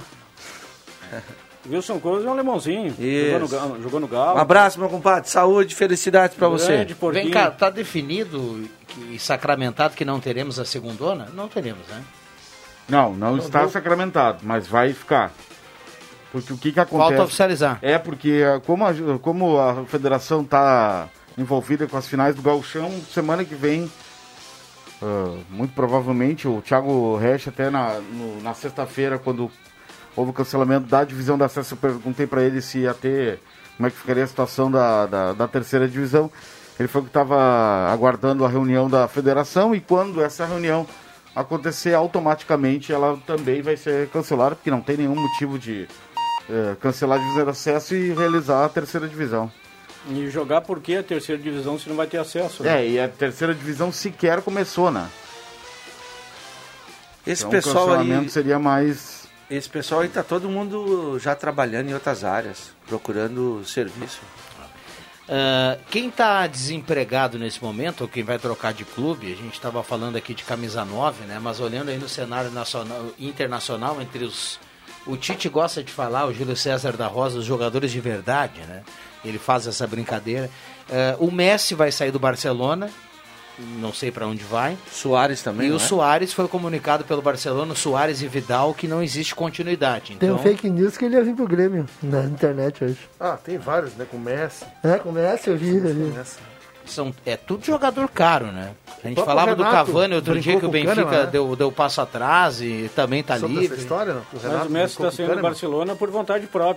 Wilson Coelho é um limãozinho. Jogou no Galo. Um abraço, meu compadre. Saúde e felicidade pra você. Vem cá, tá definido e sacramentado que não teremos a segundona? Não teremos, né? Não está sacramentado, mas vai ficar. Porque o que acontece... Falta oficializar. É porque como a federação está envolvida com as finais do Gauchão, semana que vem, muito provavelmente, o Thiago Resch, até na sexta-feira, quando houve o cancelamento da divisão da acesso, eu perguntei para ele se ia ter, como é que ficaria a situação da terceira divisão. Ele falou que estava aguardando a reunião da federação, e quando essa reunião acontecer, automaticamente ela também vai ser cancelada, porque não tem nenhum motivo de cancelar a divisão de acesso e realizar a terceira divisão. E jogar por que a terceira divisão se não vai ter acesso? Né? E a terceira divisão sequer começou, né? Esse então, pessoal o cancelamento aí seria mais... Esse pessoal aí tá todo mundo já trabalhando em outras áreas, procurando serviço. Quem está desempregado nesse momento, ou quem vai trocar de clube, a gente estava falando aqui de camisa 9, né? Mas olhando aí no cenário internacional, entre o Tite gosta de falar, o Júlio César da Rosa, os jogadores de verdade, né? Ele faz essa brincadeira. O Messi vai sair do Barcelona, não sei para onde vai. Suárez também. E o Suárez foi comunicado pelo Barcelona, Suárez e Vidal, que não existe continuidade. Então... Tem um fake news que ele ia vir pro Grêmio na internet hoje. Tem vários, né? Com o Messi. Com o Messi eu vi. É tudo jogador caro, né? A gente falava do Cavani outro dia, que o Benfica deu passo atrás e também tá livre. Essa história, não? Mas o Messi está saindo do Barcelona por vontade própria.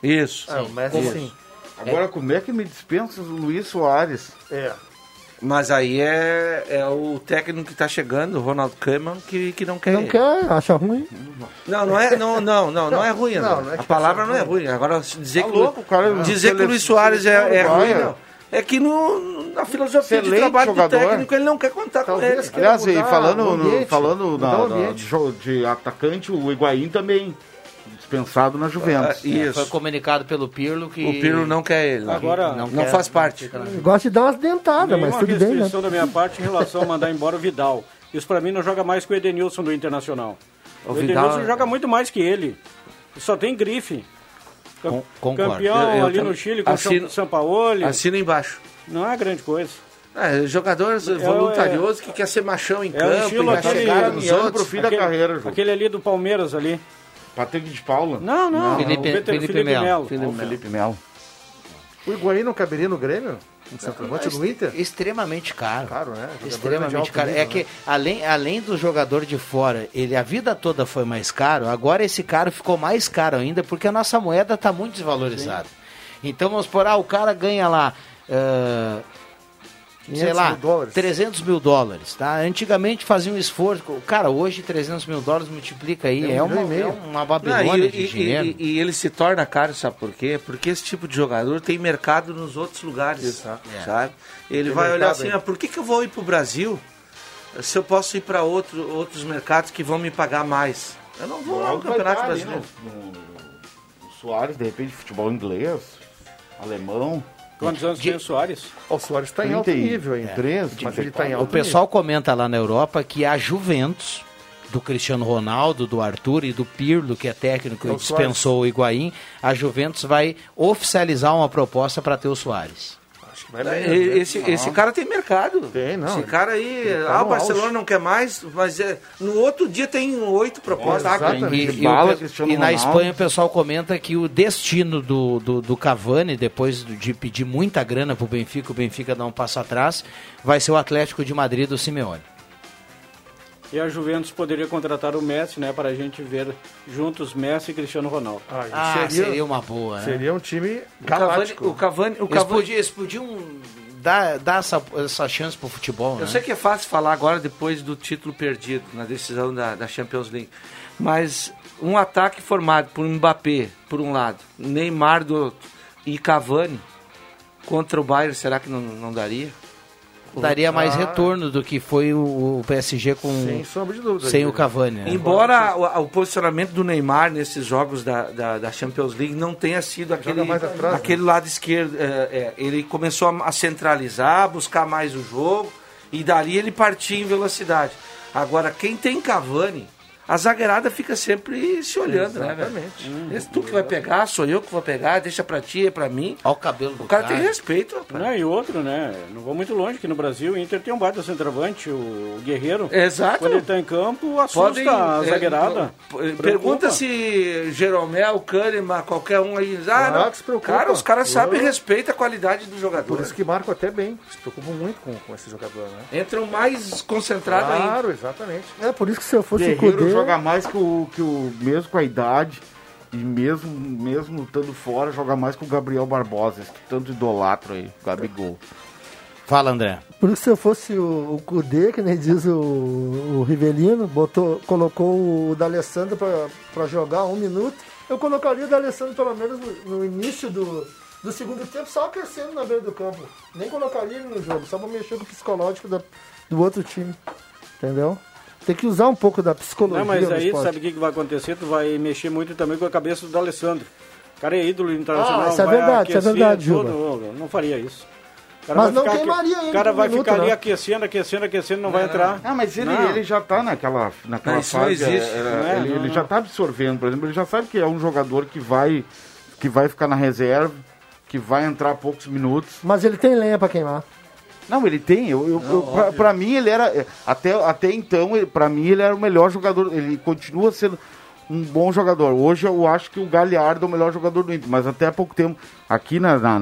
Isso. O Messi sim. Agora, como é que me dispensa o Luiz Soares? Mas aí é o técnico que está chegando, o Ronald Koeman, que não quer Não quer, acha ruim. Não é ruim. A palavra não é ruim. Agora, dizer que o Luiz Soares é ruim, não. É que na filosofia de trabalho do técnico ele não quer contar com ele. Aliás, falando de atacante, o Higuaín também dispensado na Juventus. Isso. Foi comunicado pelo Pirlo que... O Pirlo não quer ele. Agora, não faz parte. Gosta de dar umas dentadas, mas tudo bem, né? Uma restrição da minha parte em relação a mandar embora o Vidal. Isso pra mim não joga mais que o Edenilson do Internacional. O Edenilson joga muito mais que ele. Só tem grife. Campeão ali no Chile com o Sampaoli. Assina embaixo. Não é grande coisa. Jogador voluntarioso que quer ser machão em campo, quer chegar nos outros. Pro fim da carreira. Aquele ali do Palmeiras ali. Patrick de Paula? Não. Felipe Melo. Felipe Melo. O Higuaín não caberia no Grêmio? Um centroavante no Inter? Extremamente caro. Caro, né? Extremamente caro. É que, além do jogador de fora, ele a vida toda foi mais caro, agora esse cara ficou mais caro ainda, porque a nossa moeda está muito desvalorizada. Sim. Então, vamos supor, o cara ganha lá... sei lá, $300 mil, tá? Antigamente fazia um esforço, cara, hoje $300 mil multiplica aí, é uma Babilônia de dinheiro. E ele se torna caro, sabe por quê? Porque esse tipo de jogador tem mercado nos outros lugares, sabe? Ele vai olhar assim, por que eu vou ir pro Brasil se eu posso ir para outros mercados que vão me pagar mais? Eu não vou lá no Campeonato Brasileiro. O Soares, de repente, futebol inglês, alemão... Quantos anos tem o Soares? O Soares está em alto nível, em 13, mas ele está em alto nível. O pessoal comenta lá na Europa que a Juventus, do Cristiano Ronaldo, do Arthur e do Pirlo, que é técnico e dispensou o Higuaín, a Juventus vai oficializar uma proposta para ter o Soares. Acho que vai bem, esse cara tem mercado. Tem, não. Esse cara aí, o Barcelona não quer mais, mas no outro dia tem 8 propostas. E na Espanha o pessoal comenta que o destino do Cavani, depois de pedir muita grana pro Benfica, o Benfica dá um passo atrás, vai ser o Atlético de Madrid do Simeone. E a Juventus poderia contratar o Messi, né, para a gente ver juntos Messi e Cristiano Ronaldo. Seria uma boa, né? Seria um time galáctico. O Cavani eles podiam dar essa chance pro futebol, né? Eu sei que é fácil falar agora depois do título perdido na decisão da Champions League, mas um ataque formado por Mbappé, por um lado, Neymar do outro e Cavani contra o Bayern, será que não daria? Daria mais retorno do que foi o PSG sem sombra de dúvida, sem o Cavani. Né? Embora o posicionamento do Neymar nesses jogos da Champions League não tenha sido aquele lado esquerdo, ele começou a centralizar, buscar mais o jogo e dali ele partia em velocidade. Agora, quem tem Cavani, a zagueirada fica sempre se olhando, exatamente, né? Tu que vai pegar, sou eu que vou pegar, deixa pra ti, é pra mim. Olha o cabelo do cara. O cara tem respeito, rapaz. Não, e outro, né? Não vou muito longe, que no Brasil o Inter tem um baita centroavante, o Guerreiro. Exato. Quando ele tá em campo, assusta a zagueirada. Pergunta se Jeromel, Kahneman, qualquer um aí. Cara, os caras sabem e respeitam a qualidade do jogador. Por isso que marcam até bem, se preocupam muito com esse jogador, né? Entram mais concentrados aí. Claro, exatamente. É por isso que se eu fosse o Cudê... joga mais que o mesmo com a idade e mesmo estando fora, joga mais que o Gabriel Barbosa, que tanto idolatro aí, o Gabigol. Fala, André. Por isso, se eu fosse o Cudê, que nem diz o Rivelino, colocou o D'Alessandro para jogar 1 minuto, eu colocaria o D'Alessandro pelo menos no início do segundo tempo, só aquecendo na beira do campo. Nem colocaria ele no jogo, só para mexer com o psicológico do outro time. Entendeu? Tem que usar um pouco da psicologia. Não, mas aí sabe o que vai acontecer? Tu vai mexer muito também com a cabeça do D'Alessandro. O cara é ídolo internacional. Isso é verdade, Juba. Não faria isso. Mas não queimaria ele. O cara vai ficar ali aquecendo, não vai entrar. Mas ele já tá naquela fase. Não existe. Ele já tá absorvendo, por exemplo, ele já sabe que é um jogador que vai ficar na reserva, que vai entrar poucos minutos. Mas ele tem lenha pra queimar. Não, ele tem. Pra mim, ele era... Até então, pra mim, ele era o melhor jogador. Ele continua sendo um bom jogador. Hoje, eu acho que o Galhardo é o melhor jogador do Inter. Mas até há pouco tempo, aqui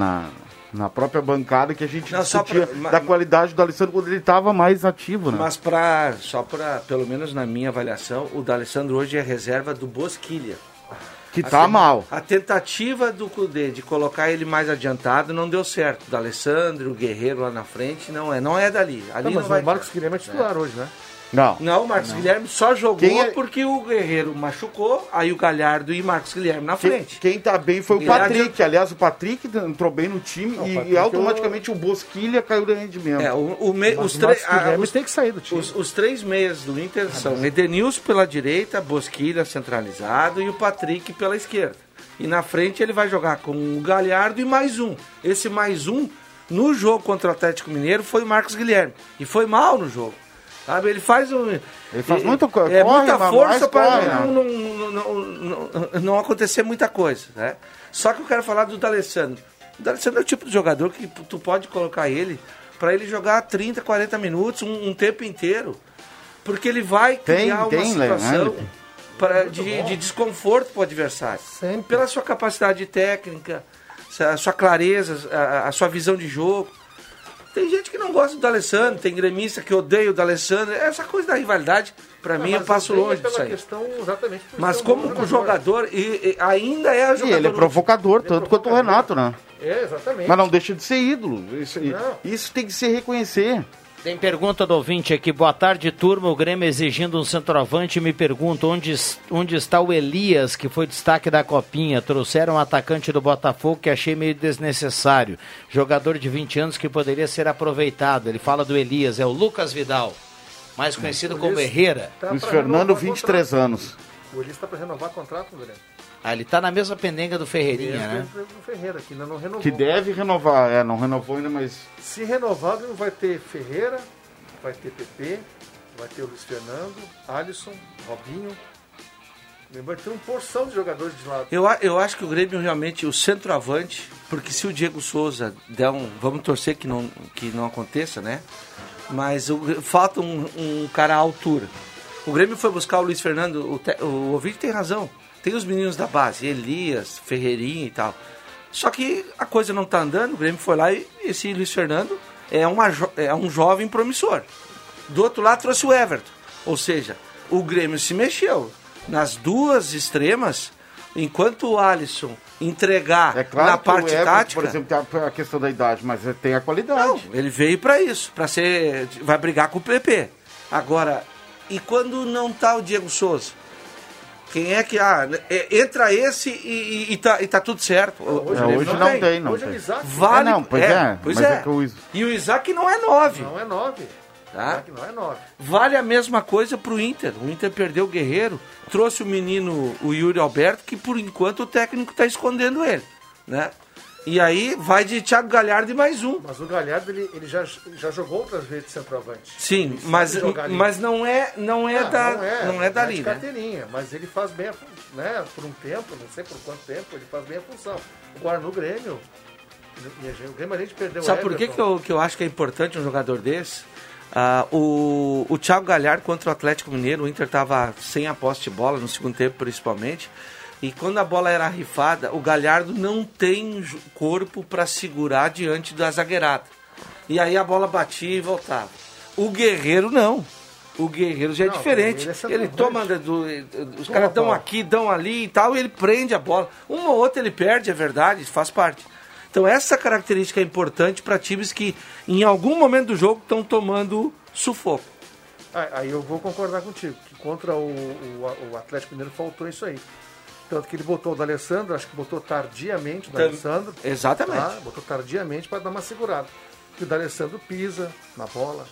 na própria bancada, que a gente discutia da qualidade do D'Alessandro quando ele estava mais ativo, né? Mas pelo menos na minha avaliação, o D'Alessandro hoje é reserva do Bosquilha. Que tá mal. A tentativa do Cudê de colocar ele mais adiantado não deu certo. Do Alessandro, o Guerreiro lá na frente, não é dali. Ali mas não vai o Marcos Guilherme é titular hoje, né? Não, o Marcos Guilherme só jogou porque o Guerreiro machucou, aí o Galhardo e Marcos Guilherme na frente. Quem tá bem foi o Patrick. Aliás, o Patrick entrou bem no time e automaticamente o Bosquilha caiu de rendimento. Os três tem que sair do time. Os 3 meias do Inter são Edenilson pela direita, Bosquilha centralizado e o Patrick pela esquerda. E na frente ele vai jogar com o Galhardo e mais um. Esse mais um, no jogo contra o Atlético Mineiro, foi o Marcos Guilherme. E foi mal no jogo. Sabe, ele faz muita força para não acontecer muita coisa, né? Só que eu quero falar do D'Alessandro. O D'Alessandro é o tipo de jogador que tu pode colocar ele para ele jogar 30, 40 minutos, um tempo inteiro, porque ele vai criar uma situação de desconforto para o adversário. Sempre. Pela sua capacidade técnica, a sua clareza, a sua visão de jogo. Tem gente que não gosta do D'Alessandro, tem gremista que odeia o D'Alessandro. Essa coisa da rivalidade, pra mim, eu passo longe disso aí. Mas como jogador, e ainda é jogador. E ele é provocador, tanto quanto o Renato, né? Exatamente. Mas não deixa de ser ídolo. Isso tem que se reconhecer. Tem pergunta do ouvinte aqui. Boa tarde, turma. O Grêmio exigindo um centroavante. Me pergunto onde está o Elias, que foi destaque da Copinha. Trouxeram um atacante do Botafogo que achei meio desnecessário. Jogador de 20 anos que poderia ser aproveitado. Ele fala do Elias, é o Lucas Vidal, mais conhecido como Herrera. Luiz Fernando, 23 anos. O Elias está para renovar contrato, Grêmio. Ele tá na mesma pendenga do Ferreirinha, né? Do Ferreira, que ainda não renovou. Que deve renovar, não renovou ainda, mas... Se renovar, vai ter Ferreira, vai ter PP, vai ter o Luiz Fernando, Alisson, Robinho. Vai ter uma porção de jogadores de lado. Eu acho que o Grêmio realmente, o centroavante, porque se o Diego Souza der vamos torcer que não aconteça, né? Mas falta um cara à altura. O Grêmio foi buscar o Luiz Fernando, o ouvinte tem razão. Tem os meninos da base, Elias, Ferreirinha e tal. Só que a coisa não tá andando, o Grêmio foi lá e esse Luiz Fernando é um jovem promissor. Do outro lado trouxe o Everton. Ou seja, o Grêmio se mexeu. Nas duas extremas, enquanto o Alisson entregar na parte tática... Por exemplo, tem a questão da idade, mas tem a qualidade. Não, ele veio para isso, vai brigar com o PP. Agora, e quando não tá o Diego Souza? Quem é que... entra esse e tá tudo certo. Hoje não tem. Hoje o Isaac... Vale, pois é. E o Isaac não é 9. Não é 9. Tá? Não é 9. Vale a mesma coisa pro Inter. O Inter perdeu o Guerreiro, trouxe o menino, o Yuri Alberto, que por enquanto o técnico tá escondendo ele, né? E aí vai de Thiago Galhardo e mais um. Mas o Galhardo, ele já jogou outras vezes de centroavante. Sim, mas não é dali, de carteirinha, mas ele faz bem, né? Por um tempo, não sei por quanto tempo, ele faz bem a função. Agora no Grêmio, a gente perdeu o Sabe por que eu acho que é importante um jogador desse? O Thiago Galhardo contra o Atlético Mineiro, o Inter estava sem a posse de bola no segundo tempo principalmente, e quando a bola era rifada, o Galhardo não tem corpo para segurar diante da zagueirada, e aí a bola batia e voltava. O Guerreiro não. O Guerreiro já é diferente. Ele toma, os caras dão aqui, dão ali e tal, e ele prende a bola. Uma ou outra ele perde, é verdade, faz parte. Então essa característica é importante para times que em algum momento do jogo estão tomando sufoco. Aí eu vou concordar contigo, que contra o Atlético Mineiro faltou isso aí. Tanto que ele botou o D'Alessandro, acho que botou tardiamente o D'Alessandro. Exatamente. Tá? Botou tardiamente para dar uma segurada. E o D'Alessandro pisa na bola.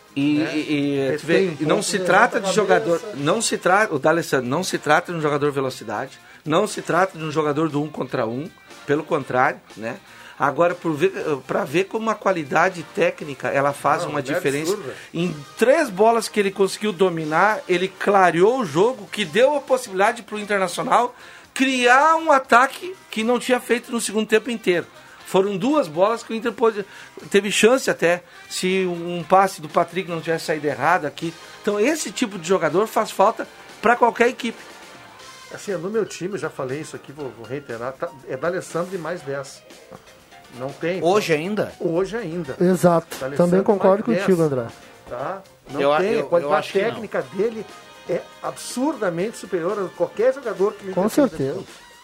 Não se trata de jogador, o D'Alessandro não se trata de um jogador velocidade, não se trata de um jogador do 1 contra 1, pelo contrário, né? Agora, para ver como a qualidade técnica ela faz uma diferença. Absurda. Em 3 bolas que ele conseguiu dominar, ele clareou o jogo, que deu a possibilidade para o Internacional criar um ataque que não tinha feito no segundo tempo inteiro. Foram 2 bolas que o Inter teve chance até, se um passe do Patrick não tivesse saído errado aqui. Então esse tipo de jogador faz falta para qualquer equipe. Assim, no meu time, já falei isso aqui, vou reiterar, é D'Alessandro e mais 10. Não tem. Hoje ainda? Hoje ainda. Exato. Também concordo contigo, André. Tá? Não tem. A qualidade técnica dele é absurdamente superior a qualquer jogador que me Com certeza.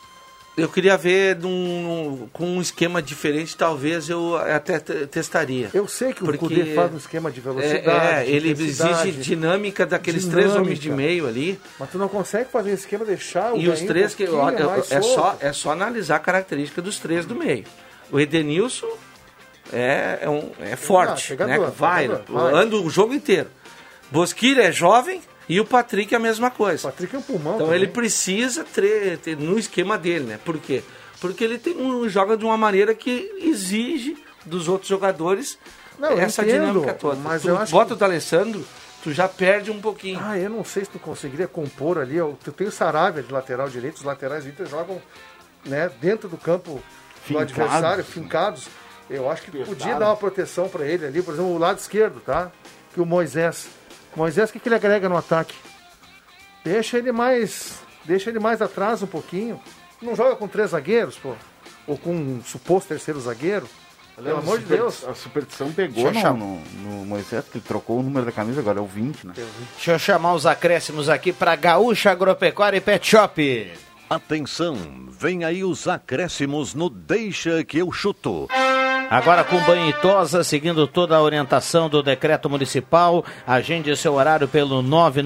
Eu queria ver com um esquema diferente, talvez eu até testaria. Eu sei que o Cudê faz um esquema de velocidade. Ele exige dinâmica daqueles 3 homens de meio ali. Mas tu não consegue fazer um esquema, deixar o E os 3 que é só analisar a característica dos 3 do meio. O Edenilson é forte, né? Vai, anda o jogo inteiro. Bosquilha é jovem. E o Patrick é a mesma coisa. O Patrick é um pulmão. Então também. ele precisa ter no esquema dele, né? Por quê? Porque ele joga de uma maneira que exige dos outros jogadores essa dinâmica toda. Mas tu bota o D'Alessandro, tu já perde um pouquinho. Eu não sei se tu conseguiria compor ali. Tu tem o Saravia de lateral direito, os laterais do Inter jogam, né, dentro do campo do adversário, fincados. Eu acho que podia dar uma proteção para ele ali, por exemplo, o lado esquerdo, tá? Que o Moisés, o que ele agrega no ataque? Deixa ele mais atrás um pouquinho. Não joga com 3 zagueiros, pô? Ou com um suposto terceiro zagueiro? Pelo amor de Deus. A superstição pegou no Moisés, que ele trocou o número da camisa, agora é o 20, né? Deixa eu chamar os acréscimos aqui para Gaúcha Agropecuária e Pet Shop. Atenção, vem aí os acréscimos no Deixa que eu chuto. Agora com banho e tosa, seguindo toda a orientação do decreto municipal, agende seu horário pelo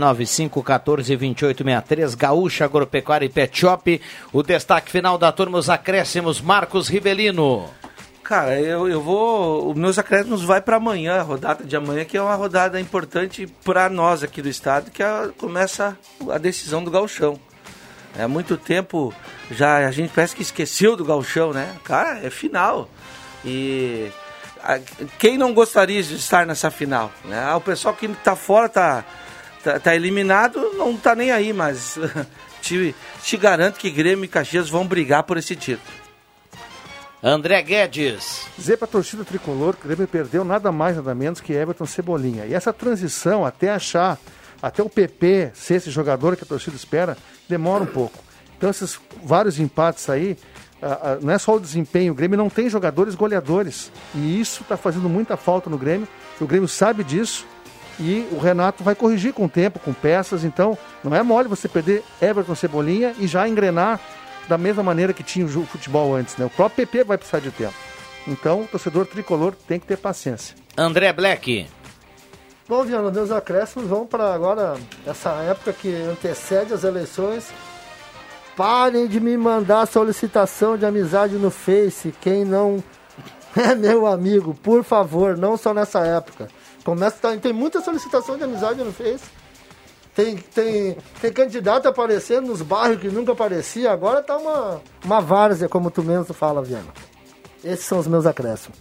995-14-2863, Gaúcha Agropecuária e Pet Shop. O destaque final da turma, os acréscimos, Marcos Rivelino. Cara, os meus acréscimos vai para amanhã, a rodada de amanhã, que é uma rodada importante para nós aqui do estado, que começa a decisão do Gauchão. Há muito tempo já a gente parece que esqueceu do Gauchão, né? Cara, é final. E quem não gostaria de estar nessa final? Né? O pessoal que está fora, tá eliminado, não está nem aí, mas te garanto que Grêmio e Caxias vão brigar por esse título. André Guedes. Dizer para a torcida tricolor que o Grêmio perdeu nada mais, nada menos que Everton Cebolinha. E essa transição até o PP ser esse jogador que a torcida espera, demora um pouco. Então esses vários empates aí, não é só o desempenho, o Grêmio não tem jogadores goleadores. E isso está fazendo muita falta no Grêmio, o Grêmio sabe disso e o Renato vai corrigir com o tempo, com peças. Então não é mole você perder Everton Cebolinha e já engrenar da mesma maneira que tinha o futebol antes, né? O próprio PP vai precisar de tempo. Então o torcedor tricolor tem que ter paciência. André Black. Bom, Viana, meus acréscimos vão para agora, essa época que antecede as eleições. Parem de me mandar solicitação de amizade no Face. Quem não é meu amigo, por favor, não só nessa época. Tem muita solicitação de amizade no Face. Tem candidato aparecendo nos bairros que nunca aparecia. Agora tá uma várzea, como tu mesmo fala, Viana. Esses são os meus acréscimos.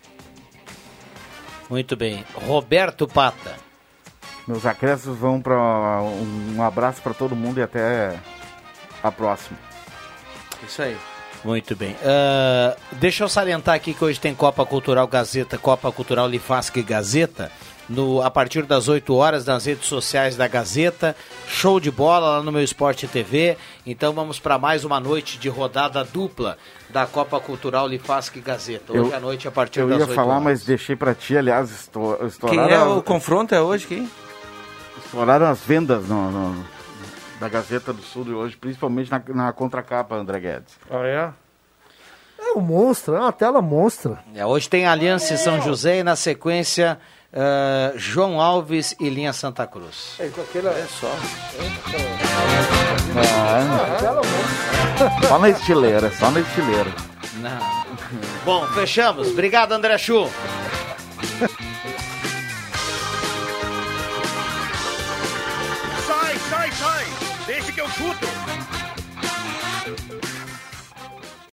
Muito bem. Roberto Pata. Meus acréscimos vão para um abraço para todo mundo e até a próxima. Isso aí. Muito bem. Deixa eu salientar aqui que hoje tem Copa Cultural Gazeta, Copa Cultural Lifasque Gazeta, a partir das 8 horas nas redes sociais da Gazeta. Show de bola lá no Meu Esporte TV. Então vamos para mais uma noite de rodada dupla da Copa Cultural Lifasque Gazeta. Hoje à noite a partir das 8 horas. Eu ia falar, mas deixei para ti, aliás, estouraram... Quem é o confronto é hoje, quem? Estouraram as vendas da Gazeta do Sul de hoje, principalmente na contracapa, André Guedes. É um monstro, é uma tela monstra. Hoje tem Aliança e São José e na sequência João Alves e Linha Santa Cruz. É só. Só na estileira, só na estileira. Não. Bom, fechamos. Obrigado, André Chu. Sai! Deixa que eu chuto!